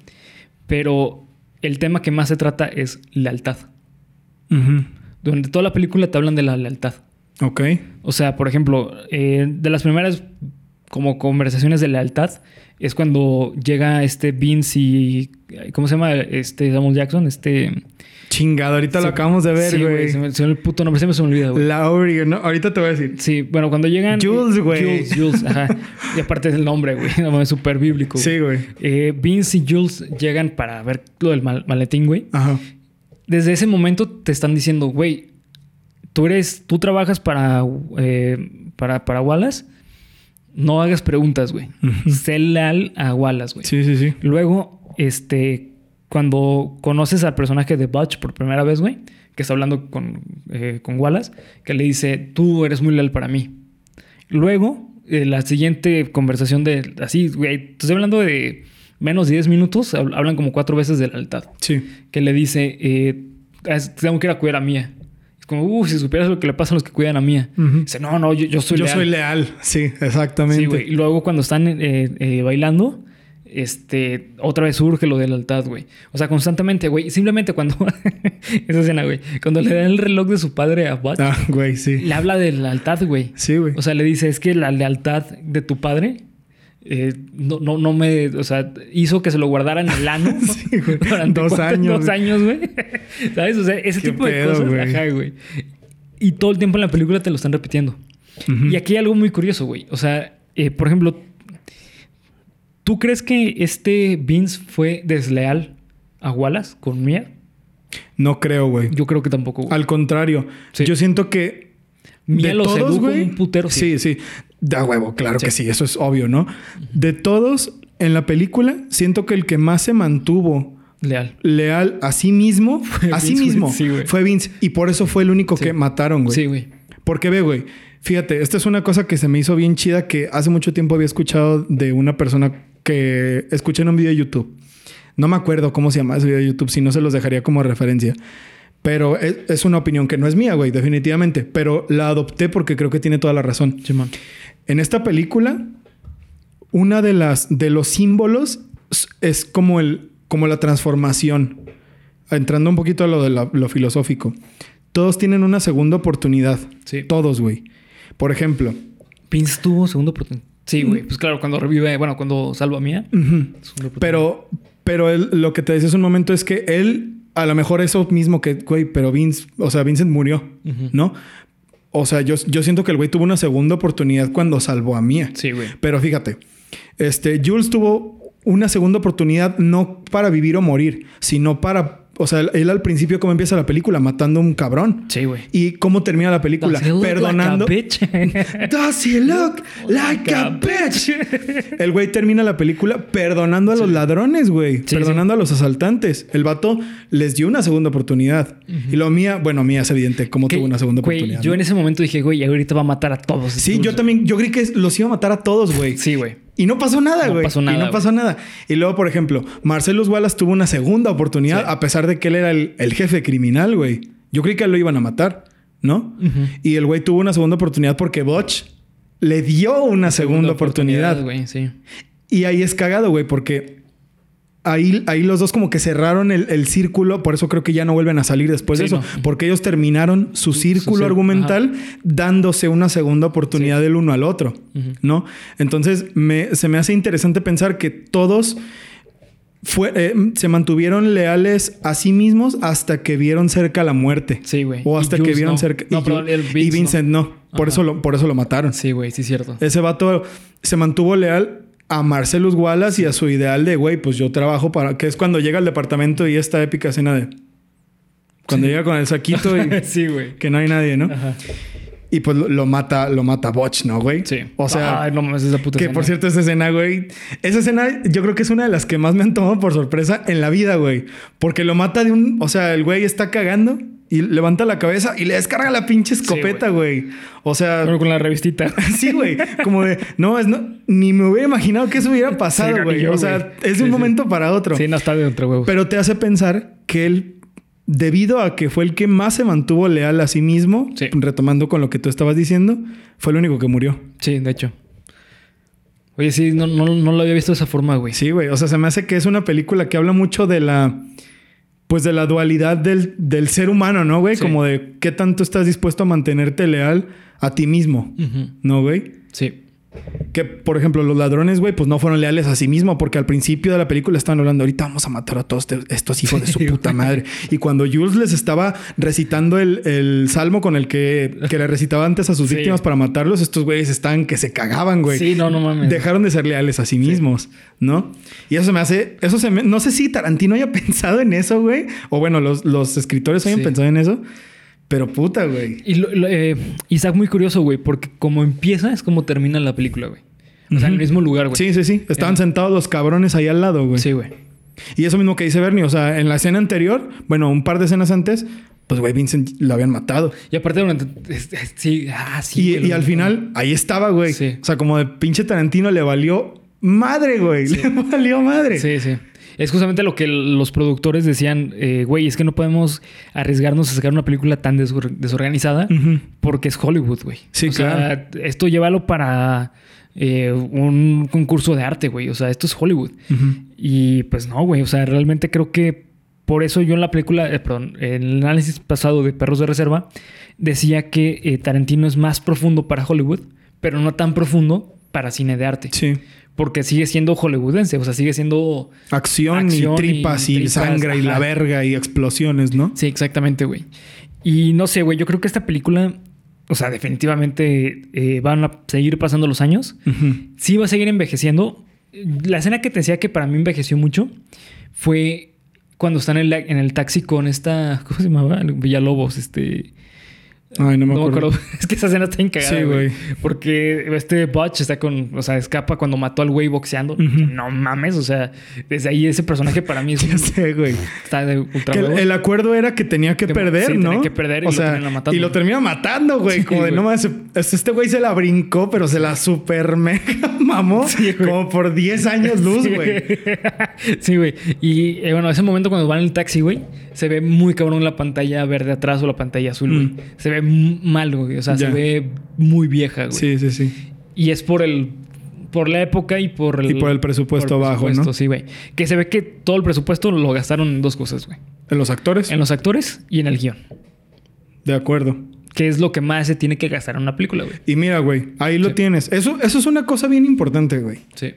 pero el tema que más se trata es lealtad. Uh-huh. Durante toda la película te hablan de la lealtad. Ok. O sea, por ejemplo, eh, de las primeras como conversaciones de lealtad es cuando llega este Vince y... ¿Cómo se llama? Este Samuel Jackson. Este... Chingado. Ahorita se, lo acabamos de ver, güey. Sí, se me, se me el puto nombre. Se me, se me olvida, güey. Laurie, ¿no? Ahorita te voy a decir. Sí. Bueno, cuando llegan... Jules, güey. Jules, Jules. Ajá. Y aparte es el nombre, güey. No, es súper bíblico. Güey. Sí, güey. Eh, Vince y Jules llegan para ver lo del mal- maletín, güey. Ajá. Desde ese momento te están diciendo, güey, tú eres, tú trabajas para, eh, para, para Wallace, no hagas preguntas, güey. Uh-huh. Sé leal a Wallace, güey. Sí, sí, sí. Luego, este, cuando conoces al personaje de Butch por primera vez, güey, que está hablando con, eh, con Wallace, que le dice, tú eres muy leal para mí. Luego, eh, la siguiente conversación de, así, güey, estoy hablando de menos de diez minutos, hablan como cuatro veces de lealtad. Sí. Que le dice, eh, tengo que ir a cuidar a Mia. Es como, uh, si supieras lo que le pasa a los que cuidan a Mia. Uh-huh. Dice, no, no, yo, yo soy yo leal. Yo soy leal, sí, exactamente. Sí, güey. Y luego cuando están eh, eh, bailando, este, otra vez surge lo de lealtad, güey. O sea, constantemente, güey. Simplemente cuando... esa escena, güey. Cuando le da el reloj de su padre a Butch. Ah, güey, sí. Le habla de lealtad, güey. Sí, güey. O sea, le dice, es que la lealtad de tu padre... Eh, no, no, no me... O sea, hizo que se lo guardara en el ano. Sí, güey. Durante dos años. Dos años, güey. ¿Sabes? O sea, ese Qué tipo pedo, de cosas. Güey. Ajá, güey. Y todo el tiempo en la película te lo están repitiendo. Uh-huh. Y aquí hay algo muy curioso, güey. O sea, eh, por ejemplo... ¿Tú crees que este Vince fue desleal a Wallace con Mia? No creo, güey. Yo creo que tampoco, güey. Al contrario. Sí. Yo siento que... Mia lo sedujo como un putero. Sí, sí. sí. Da huevo, claro sí. que sí. Eso es obvio, ¿no? Uh-huh. De todos en la película, siento que el que más se mantuvo... Leal. Leal a sí mismo. Fue a sí Vince, mismo. Sí, fue Vince. Y por eso fue el único sí. que mataron, güey. Sí, güey. Porque ve, güey. Fíjate, esta es una cosa que se me hizo bien chida que hace mucho tiempo había escuchado de una persona que escuché en un video de YouTube. No me acuerdo cómo se llama ese video de YouTube, si no se los dejaría como referencia. Pero es, es una opinión que no es mía, güey, definitivamente. Pero la adopté porque creo que tiene toda la razón. Sí, man. En esta película, una de las de los símbolos es como el como la transformación. Entrando un poquito a lo de la, lo filosófico. Todos tienen una segunda oportunidad. Sí. Todos, güey. Por ejemplo... Vince tuvo segunda oportunidad. Sí, güey. Pues claro, cuando revive... Bueno, cuando salva a Mia. Uh-huh. Pero... Pero él, lo que te decía hace un momento es que él... A lo mejor eso mismo que... Güey, pero Vince... O sea, Vincent murió. Uh-huh. ¿No? O sea, yo, yo siento que el güey tuvo una segunda oportunidad cuando salvó a Mia. Sí, güey. Pero fíjate. Este... Jules tuvo una segunda oportunidad no para vivir o morir, sino para... O sea, él al principio, ¿cómo empieza la película? Matando a un cabrón. Sí, güey. ¿Y cómo termina la película? Does he look Perdonando. Like a bitch? Does he look like a bitch? El güey termina la película perdonando a sí. los ladrones, güey. Sí, perdonando sí. a los asaltantes. El vato les dio una segunda oportunidad. Uh-huh. Y lo Mia... Bueno, Mia es evidente cómo tuvo una segunda güey, oportunidad. Yo ¿no? en ese momento dije, güey, ahorita va a matar a todos. Sí, yo también... Yo creí que los iba a matar a todos, güey. Sí, güey. Y no pasó nada, güey. No pasó nada. Y no pasó güey. nada. Y luego, por ejemplo, Marcellus Wallace tuvo una segunda oportunidad, sí. a pesar de que él era el, el jefe criminal, güey. Yo creí que lo iban a matar, ¿no? Uh-huh. Y el güey tuvo una segunda oportunidad porque Butch le dio una segunda, segunda oportunidad. güey, sí. Y ahí es cagado, güey, porque ahí, ahí los dos como que cerraron el, el círculo. Por eso creo que ya no vuelven a salir después sí, de eso. No. Porque ellos terminaron su círculo su argumental ajá. dándose una segunda oportunidad sí. del uno al otro, uh-huh. ¿no? Entonces me, se me hace interesante pensar que todos fue, eh, se mantuvieron leales a sí mismos hasta que vieron cerca la muerte. Sí, güey. O hasta que vieron no. cerca... No, y, perdón, el Vince, y Vincent no. no. Por, eso lo, por eso lo mataron. Sí, güey. Sí, cierto. Ese vato se mantuvo leal a Marcellus Wallace y a su ideal de, güey, pues yo trabajo para... Que es cuando llega al departamento y esta épica escena de... Cuando sí. llega con el saquito y... sí, güey. Que no hay nadie, ¿no? Ajá. Y pues lo, lo mata... Lo mata Butch, ¿no, güey? Sí. O sea... Ay, no mames, esa puta Que escena. Por cierto, esa escena, güey... Esa escena yo creo que es una de las que más me han tomado por sorpresa en la vida, güey. Porque lo mata de un... O sea, el güey está cagando... Y levanta la cabeza y le descarga la pinche escopeta, güey. Sí, o sea... Pero con la revistita. Sí, güey. Como de... No, es no... Ni me hubiera imaginado que eso hubiera pasado, güey. Sí, no, o sea, güey. Es de un sí, momento sí. para otro. Sí, no está de otro huevo. Pero te hace pensar que él... Debido a que fue el que más se mantuvo leal a sí mismo... Sí. Retomando con lo que tú estabas diciendo... Fue el único que murió. Sí, de hecho. Oye, sí. No, no, no lo había visto de esa forma, güey. Sí, güey. O sea, se me hace que es una película que habla mucho de la... Pues de la dualidad del, del ser humano, ¿no, güey? Sí. Como de qué tanto estás dispuesto a mantenerte leal a ti mismo. Uh-huh. ¿No, güey? Sí. Que, por ejemplo, los ladrones, güey, pues no fueron leales a sí mismos porque al principio de la película estaban hablando, ahorita vamos a matar a todos estos hijos de su puta madre. Y cuando Jules les estaba recitando el, el salmo con el que, que le recitaba antes a sus sí. víctimas para matarlos, estos güeyes estaban que se cagaban, güey. Sí, no, no mames. Dejaron de ser leales a sí mismos, sí. ¿no? Y eso se me hace... Eso se me... No sé si Tarantino haya pensado en eso, güey. O bueno, los, los escritores hayan sí. pensado en eso. Pero puta, güey. Y lo, lo, eh, Isaac, muy curioso, güey, porque como empieza es como termina la película, güey. O uh-huh. sea, en el mismo lugar, güey. Sí, sí, sí. Estaban eh. sentados los cabrones ahí al lado, güey. Sí, güey. Y eso mismo que dice Bernie, o sea, en la escena anterior, bueno, un par de escenas antes, pues, güey, Vincent lo habían matado. Y aparte, durante... Sí, ah, sí. Y, y al final, ahí estaba, güey. Sí. O sea, como de pinche Tarantino le valió madre, güey. Sí. Le valió madre. Sí, sí. Es justamente lo que los productores decían, eh, güey, es que no podemos arriesgarnos a sacar una película tan desor- desorganizada uh-huh. porque es Hollywood, güey. Sí, o claro. sea, esto llévalo para eh, un concurso de arte, güey. O sea, esto es Hollywood. Uh-huh. Y pues no, güey. O sea, realmente creo que por eso yo en la película, eh, perdón, en el análisis pasado de Perros de Reserva, decía que eh, Tarantino es más profundo para Hollywood, pero no tan profundo para cine de arte. Sí. Porque sigue siendo hollywoodense. O sea, sigue siendo... Acción, acción y tripas y, y tripas, sangre ajá. y la verga y explosiones, ¿no? Sí, exactamente, güey. Y no sé, güey. Yo creo que esta película... O sea, definitivamente eh, van a seguir pasando los años. Uh-huh. Sí va a seguir envejeciendo. La escena que te decía que para mí envejeció mucho fue cuando están en, la, en el taxi con esta... ¿Cómo se llamaba? Villalobos, este... Ay, no me, no acuerdo. me acuerdo. Es que esa escena está encagada, sí, güey. Porque este Butch está con... O sea, escapa cuando mató al güey boxeando. Uh-huh. No mames. O sea, desde ahí ese personaje para mí es... Ya un, sé, güey. Está de ultra que el, el acuerdo era que tenía que, que perder, sí, ¿no? tenía que perder y o lo sea, termina matando. Y lo termina matando, güey. Sí, como de, güey. No mames, este güey se la brincó, pero se la super mega mamó. Sí, como por diez años luz, güey. Sí, sí, güey. Y eh, bueno, ese momento cuando van en el taxi, güey, se ve muy cabrón la pantalla verde atrás o la pantalla azul, güey. Mm. Se ve mal, güey. O sea, ya. se ve muy vieja, güey. Sí, sí, sí. Y es por el... Por la época y por el... Y por el presupuesto por el bajo, presupuesto, ¿no? Sí, güey. Que se ve que todo el presupuesto lo gastaron en dos cosas, güey. ¿En los actores? En los actores y en el guión. De acuerdo. Que es lo que más se tiene que gastar en una película, güey. Y mira, güey. Ahí lo sí. tienes. Eso, eso es una cosa bien importante, güey. Sí.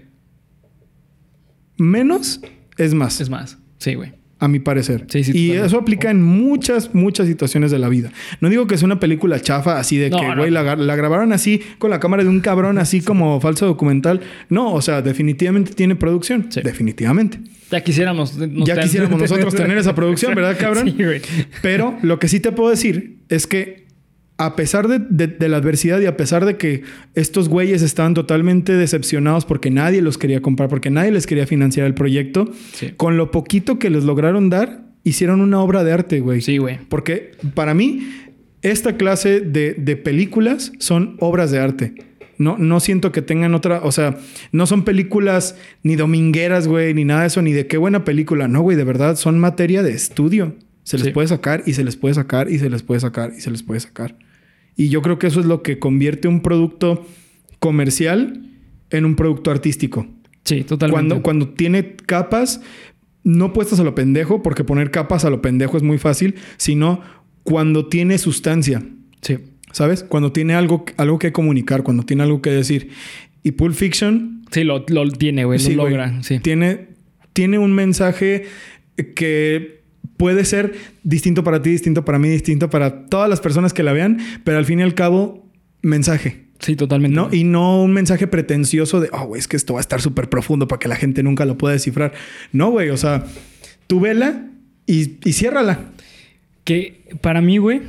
Menos es más. Es más. Sí, güey. A mi parecer. Sí, sí, y totalmente. eso aplica en muchas, muchas situaciones de la vida. No digo que es una película chafa así de no, que, güey, no. la, la grabaron así con la cámara de un cabrón así sí. como falso documental. No, o sea, definitivamente tiene producción. Sí. Definitivamente. Ya quisiéramos... No ya quisiéramos nosotros tener esa producción, ¿verdad, cabrón? Sí, güey. Pero lo que sí te puedo decir es que a pesar de, de, de la adversidad y a pesar de que estos güeyes estaban totalmente decepcionados porque nadie los quería comprar, porque nadie les quería financiar el proyecto, sí. con lo poquito que les lograron dar, hicieron una obra de arte, güey. Sí, güey. Porque para mí, esta clase de, de películas son obras de arte. No, no siento que tengan otra... O sea, no son películas ni domingueras, güey, ni nada de eso, ni de qué buena película. No, güey, de verdad, son materia de estudio. Se les sí. puede sacar y se les puede sacar y se les puede sacar y se les puede sacar. Y yo creo que eso es lo que convierte un producto comercial en un producto artístico. Sí, totalmente. Cuando, cuando tiene capas, no puestas a lo pendejo, porque poner capas a lo pendejo es muy fácil, sino cuando tiene sustancia. Sí. ¿Sabes? Cuando tiene algo, algo que comunicar, cuando tiene algo que decir. Y Pulp Fiction... Sí, lo, lo tiene, güey. Sí, lo logra. Güey, sí. Tiene, tiene un mensaje que... puede ser distinto para ti, distinto para mí, distinto para todas las personas que la vean, pero al fin y al cabo, mensaje. Sí, totalmente. ¿No? Y no un mensaje pretencioso de, oh, güey, es que esto va a estar súper profundo para que la gente nunca lo pueda descifrar. No, güey, o sea, tú vela y, y ciérrala. Que para mí, güey,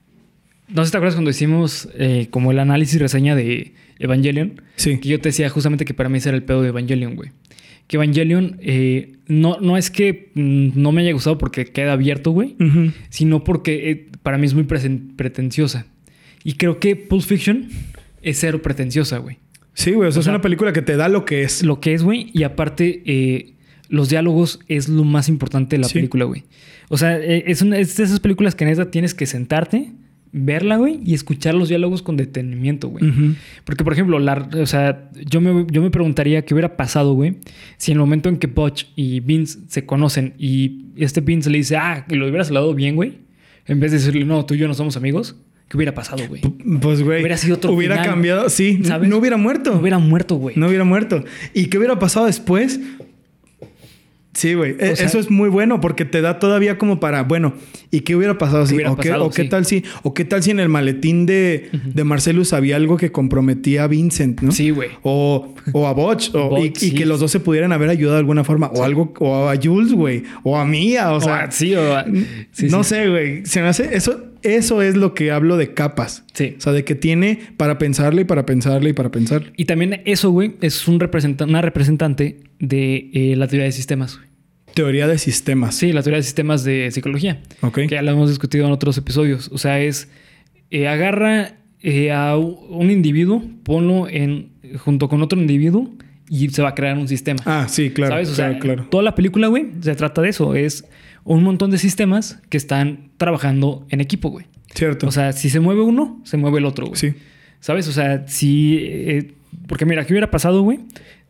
no sé si te acuerdas cuando hicimos eh, como el análisis y reseña de Evangelion. Sí. Que yo te decía justamente que para mí ese era el pedo de Evangelion, güey. Que Evangelion eh, no, no es que mm, no me haya gustado porque queda abierto, güey. Uh-huh. Sino porque eh, para mí es muy presen- pretenciosa. Y creo que Pulp Fiction es cero pretenciosa, güey. Sí, güey. O sea, o es sea, una película que te da lo que es. Lo que es, güey. Y aparte, eh, los diálogos es lo más importante de la sí. película, güey. O sea, eh, es, una, es de esas películas que neta tienes que sentarte... verla, güey, y escuchar los diálogos con detenimiento, güey. Uh-huh. Porque, por ejemplo, la, o sea, yo me, yo me preguntaría qué hubiera pasado, güey, si en el momento en que Butch y Vince se conocen y este Vince le dice, ah, que lo hubieras hablado bien, güey, en vez de decirle, no, tú y yo no somos amigos, ¿qué hubiera pasado, güey? Pues, güey, hubiera sido otro Hubiera final, cambiado, sí, ¿sabes? No hubiera muerto. No hubiera muerto, güey. No hubiera muerto. ¿Y qué hubiera pasado después? Sí, güey. O sea, eso es muy bueno porque te da todavía como para... Bueno, ¿y qué hubiera pasado si? Hubiera ¿O, pasado, qué, o qué sí. tal si... ¿O qué tal si en el maletín de, uh-huh. de Marcellus había algo que comprometía a Vincent, ¿no? Sí, güey. O, o a Butch. o, Butch y, sí. y que los dos se pudieran haber ayudado de alguna forma. Sí. O algo... O a Jules, güey. O a Mia. O sea... O a, sí, o a, sí, no sí. sé, güey. Se me hace... Eso... eso es lo que hablo de capas. Sí. O sea, de que tiene para pensarle y para pensarle y para pensarle. Y también eso, güey, es un representa- una representante de eh, la teoría de sistemas, güey. Teoría de sistemas. Sí, la teoría de sistemas de psicología. Ok. Que ya la hemos discutido en otros episodios. O sea, es... Eh, agarra eh, a un individuo, ponlo en, junto con otro individuo y se va a crear un sistema. Ah, sí, claro. ¿Sabes? O claro, sea, claro. toda la película, güey, se trata de eso. Es un montón de sistemas que están trabajando en equipo, güey. Cierto. O sea, si se mueve uno, se mueve el otro, güey. Sí. ¿Sabes? O sea, si... Eh, porque mira, ¿qué hubiera pasado, güey?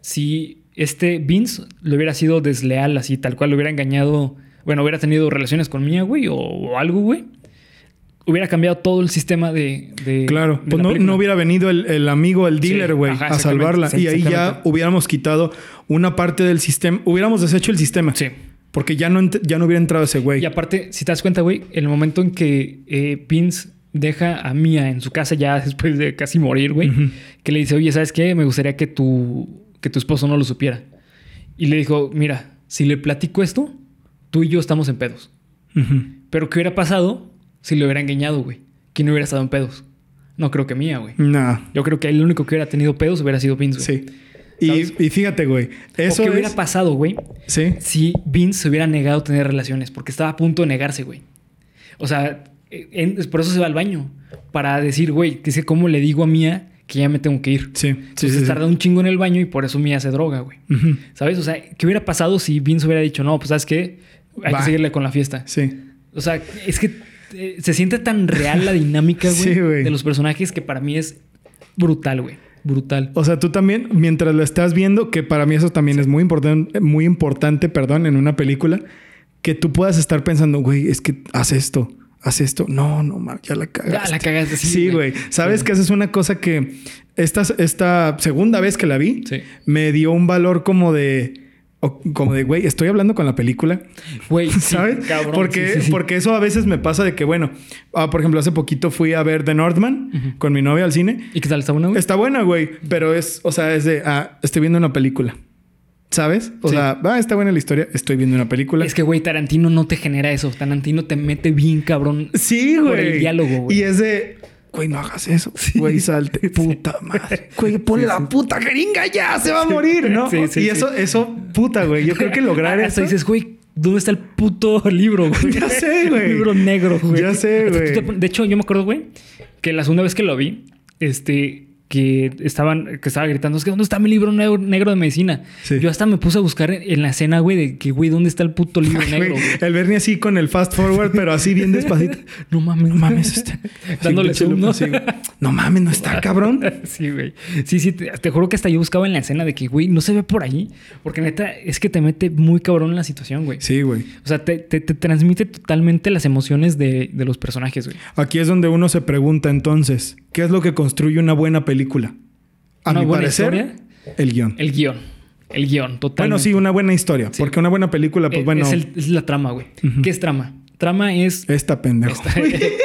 Si este Vince le hubiera sido desleal, así, tal cual, le hubiera engañado... Bueno, hubiera tenido relaciones con Mia, güey, o, o algo, güey. Hubiera cambiado todo el sistema de... de Claro. de Pues la no, película. no hubiera venido el, el amigo, el dealer, Sí, güey, ajá, a salvarla. exactamente. Sí, y ahí ya exactamente. hubiéramos quitado una parte del sistema. Hubiéramos deshecho el sistema. Sí. Porque ya no, ent- ya no hubiera entrado ese güey. Y aparte, si te das cuenta, güey, en el momento en que eh, Vince deja a Mia en su casa ya después de casi morir, güey, Ujú. que le dice, oye, ¿sabes qué? Me gustaría que tu, que tu esposo no lo supiera. Y le dijo, mira, si le platico esto, tú y yo estamos en pedos. Ujú. Pero ¿qué hubiera pasado si le hubiera engañado, güey? ¿Quién hubiera estado en pedos? No creo que Mia, güey. Nah. Yo creo que el único que hubiera tenido pedos hubiera sido Vince, güey. Sí. Y, y fíjate, güey. Eso ¿O qué hubiera es... pasado, güey? Sí. Si Vince se hubiera negado a tener relaciones, porque estaba a punto de negarse, güey. O sea, en- por eso se va al baño. Para decir, güey, que sé cómo le digo a Mia que ya me tengo que ir. Sí. Sí, Entonces sí, sí. tarda un chingo en el baño y por eso Mia se droga, güey. Ujú. ¿Sabes? O sea, ¿qué hubiera pasado si Vince hubiera dicho, no, pues sabes qué? Hay Va. que seguirle con la fiesta. Sí. O sea, es que eh, se siente tan real la dinámica, güey, Sí, güey. de los personajes que para mí es brutal, güey. Brutal. O sea, tú también, mientras lo estás viendo, que para mí eso también es muy importante, muy importante, perdón, en una película, que tú puedas estar pensando, güey, es que haz esto, haz esto. No, no, man, ya la cagaste. Ya la cagaste, sí, Sí, güey. Sabes Sí. que esa es una cosa que esta, esta segunda vez que la vi, Sí. me dio un valor como de, o- como de, güey, estoy hablando con la película. Güey, sí, ¿Sabes? cabrón, porque, sí, sí, sí. porque eso a veces me pasa de que, bueno, ah, por ejemplo, hace poquito fui a ver The Northman Ujú. con mi novia al cine. ¿Y qué tal? ¿Está bueno, güey? Está buena, güey, pero es, o sea, es de, ah, estoy viendo una película. ¿Sabes? O Sí. sea, ah, está buena la historia, estoy viendo una película. Es que, güey, Tarantino no te genera eso. Tarantino te mete bien, cabrón. Sí, por güey. el diálogo, güey. Y es de, güey, no hagas eso. Güey, salte. Puta madre. Güey, ponle Sí, la sí. puta jeringa ya, se va a morir, ¿no? Sí, sí, y sí. eso, eso, puta, güey. Yo creo que lograr Hasta eso. dices, güey, ¿dónde está el puto libro, güey? Ya sé, güey. El libro negro, güey. Ya sé, Hasta tú güey. te pon- De hecho, yo me acuerdo, güey, que la segunda vez que lo vi, este... que estaban, que estaba gritando, es que ¿dónde está mi libro negro, negro de medicina? Sí. Yo hasta me puse a buscar en la escena, güey, de que, güey, ¿dónde está el puto libro negro, Güey, güey? el Bernie así con el fast forward, pero así bien despacito. No mames, No mames, este. Dándole Sí, zoom, ¿no? sí, güey. No mames, no está cabrón. Sí, güey. Sí, sí, te, te juro que hasta yo buscaba en la escena de que, güey, no se ve por ahí. Porque neta, es que te mete muy cabrón en la situación, güey. Sí, güey. O sea, te, te, te transmite totalmente las emociones de, de los personajes, güey. Aquí es donde uno se pregunta entonces, ¿qué es lo que construye una buena película? A ¿Una mi buena parecer, historia? el guión. El guión. El guión, totalmente. Bueno, sí, una buena historia. Sí. Porque una buena película, pues Eh, bueno... Es, el- es la trama, güey. Ujú. ¿Qué es trama? Trama es... Esta pendejo. Esta-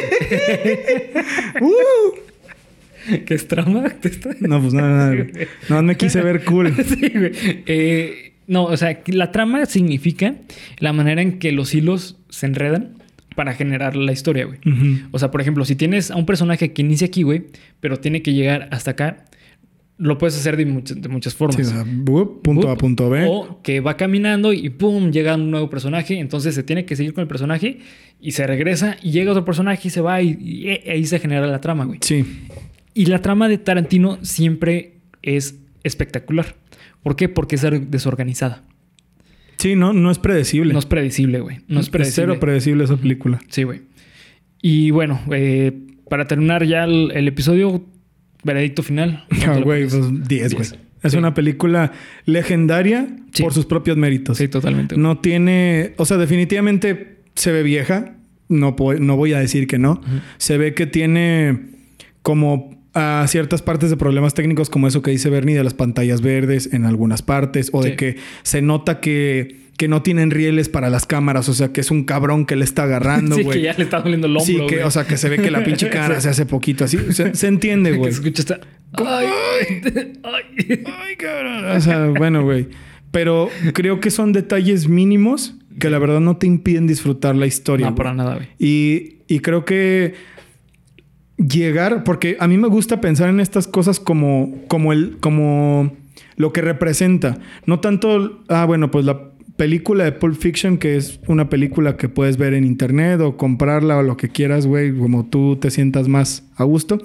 Uh. ¿Qué es trama? No, pues nada, nada. güey. No, me quise ver cool. Sí, güey. Eh, no, o sea, la trama significa la manera en que los hilos se enredan para generar la historia, güey. Ujú. O sea, por ejemplo, si tienes a un personaje que inicia aquí, güey, pero tiene que llegar hasta acá, lo puedes hacer de, muchas- de muchas formas. Sí, o sea, bup, punto Up, A, punto B. O que va caminando y pum, llega un nuevo personaje. Entonces se tiene que seguir con el personaje y se regresa y llega otro personaje y se va y, y ahí se genera la trama, güey. Sí. Y la trama de Tarantino siempre es espectacular. ¿Por qué? Porque es desorganizada. Sí, no, no es predecible. No es predecible, güey. No es predecible. Cero predecible esa película. Sí, güey. Y bueno, eh, para terminar ya el, el episodio, veredicto final. ¿Cuánto Ah, le güey, pones? pues diez, güey. diez. Es Sí. una película legendaria Sí. por sus propios méritos. Sí, totalmente. güey. No tiene... O sea, definitivamente se ve vieja. No, po- no voy a decir que no. Ujú. Se ve que tiene como a ciertas partes de problemas técnicos, como eso que dice Bernie de las pantallas verdes en algunas partes, o de Sí. que se nota que, que no tienen rieles para las cámaras, o sea, que es un cabrón que le está agarrando, Sí, güey. que ya le está doliendo el hombro, Sí, que, güey. o sea, que se ve que la pinche cara Sí. se hace poquito así. Se, se entiende, Que güey. se escucha esta... Ay, ay. Ay, cabrón. O sea, bueno, güey. Pero creo que son detalles mínimos que la verdad no te impiden disfrutar la historia. No, güey. para nada, güey. Y Y creo que llegar... Porque a mí me gusta pensar en estas cosas como, como, el, como lo que representa. No tanto... Ah, bueno, pues la película de Pulp Fiction, que es una película que puedes ver en internet o comprarla o lo que quieras, güey, como tú te sientas más a gusto.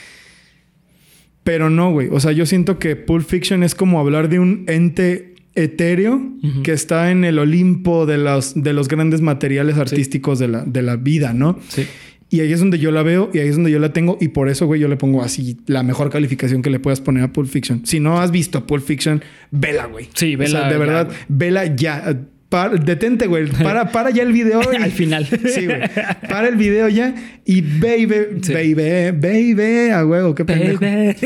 Pero no, güey. O sea, yo siento que Pulp Fiction es como hablar de un ente etéreo uh-huh. que está en el Olimpo de los, de los grandes materiales artísticos sí. de, la, de la vida, ¿no? Sí. Y ahí es donde yo la veo y ahí es donde yo la tengo. Y por eso, güey, yo le pongo así la mejor calificación que le puedas poner a Pulp Fiction. Si no has visto Pulp Fiction, vela, güey. Sí, vela. O sea, de verdad, ya, vela ya. Para, detente, güey. Para, para ya el video. Y, al final. Sí, güey. Para el video ya. Y baby, sí. baby, baby. A huevo, qué pendejo.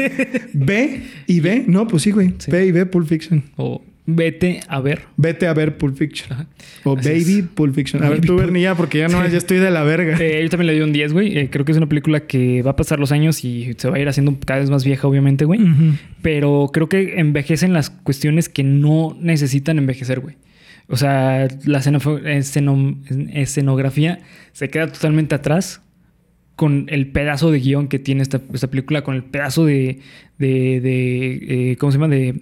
Ve y ve. No, pues sí, güey. Sí. Ve y ve Pulp Fiction. O vete a ver. Vete a ver Pulp Fiction. Ajá. O Así Baby es. Pulp Fiction. A Baby ver, tú, Pulp... Bernie, ya, porque ya no, ya estoy de la verga. Eh, yo también le doy un diez, güey. Eh, creo que es una película que va a pasar los años y se va a ir haciendo cada vez más vieja, obviamente, güey. Uh-huh. Pero creo que envejecen las cuestiones que no necesitan envejecer, güey. O sea, la esceno- escenografía se queda totalmente atrás con el pedazo de guión que tiene esta, esta película, con el pedazo de... de, de eh, ¿cómo se llama? De,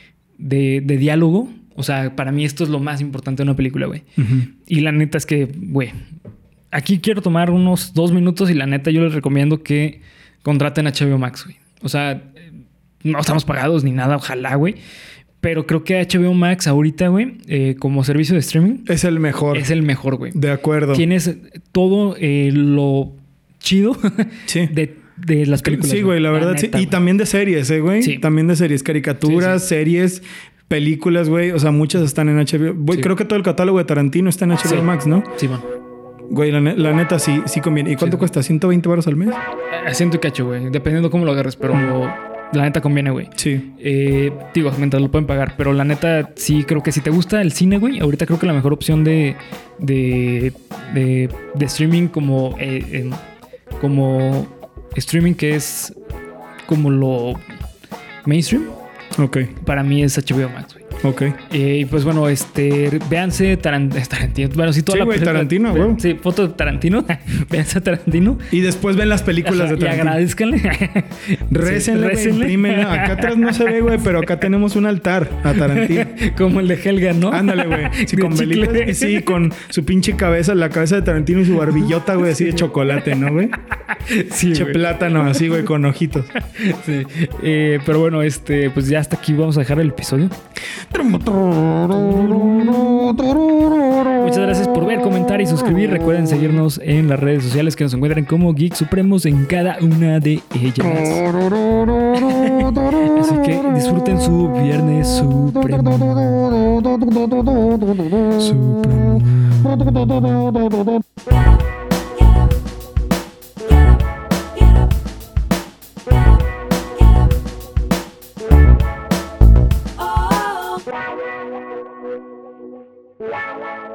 de, de diálogo. O sea, para mí esto es lo más importante de una película, güey. Uh-huh. Y la neta es que, güey, aquí quiero tomar unos dos minutos y la neta yo les recomiendo que contraten a H B O Max, güey. O sea, no estamos pagados ni nada, ojalá, güey. Pero creo que H B O Max ahorita, güey, eh, como servicio de streaming... Es el mejor. Es el mejor, güey. De acuerdo. Tienes todo eh, lo chido sí. de, de las películas. Sí, güey, la verdad, la neta, sí. Güey. Y también de series, ¿eh, güey? Sí. También de series. Caricaturas, sí, sí. series, películas, güey. O sea, muchas están en H B O. Güey, sí. Creo que todo el catálogo de Tarantino está en H B O sí. Max, ¿no? Sí, man. Güey, la, ne- la neta sí, sí conviene. ¿Y cuánto sí. cuesta? ¿ciento veinte baros al mes? A ciento y cacho, güey. Dependiendo cómo lo agarres, pero... Mm. La neta conviene, güey. Sí. Eh, digo, mientras lo pueden pagar. Pero la neta, sí, creo que si te gusta el cine, güey, ahorita creo que la mejor opción de, de, de, de streaming como, eh, eh, como streaming que es como lo mainstream. Ok. Para mí es H B O Max, güey. Ok. Eh, y pues bueno, este... Véanse Tarant- Tarantino. Bueno, sí, toda sí, la... güey, Tarantino, güey. Sí, foto de Tarantino. Véanse a Tarantino. Y después ven las películas Ajá, de Tarantino. Y agradezcanle. Récenle, sí, imprímenle. Acá atrás no se ve, güey, pero acá tenemos un altar a Tarantino. Como el de Helga, ¿no? Ándale, güey. Sí, con velitas. Y sí, con su pinche cabeza, la cabeza de Tarantino y su barbillota, güey, así de chocolate, ¿no, güey? Sí, Che plátano, así, güey, con ojitos. Sí. Eh, pero bueno, este, pues ya hasta aquí vamos a dejar el episodio. Muchas gracias por ver, comentar y suscribir. Recuerden seguirnos en las redes sociales que nos encuentran como Geek Supremos en cada una de ellas. Así que disfruten su viernes supremo. Supremo. Wow, wow.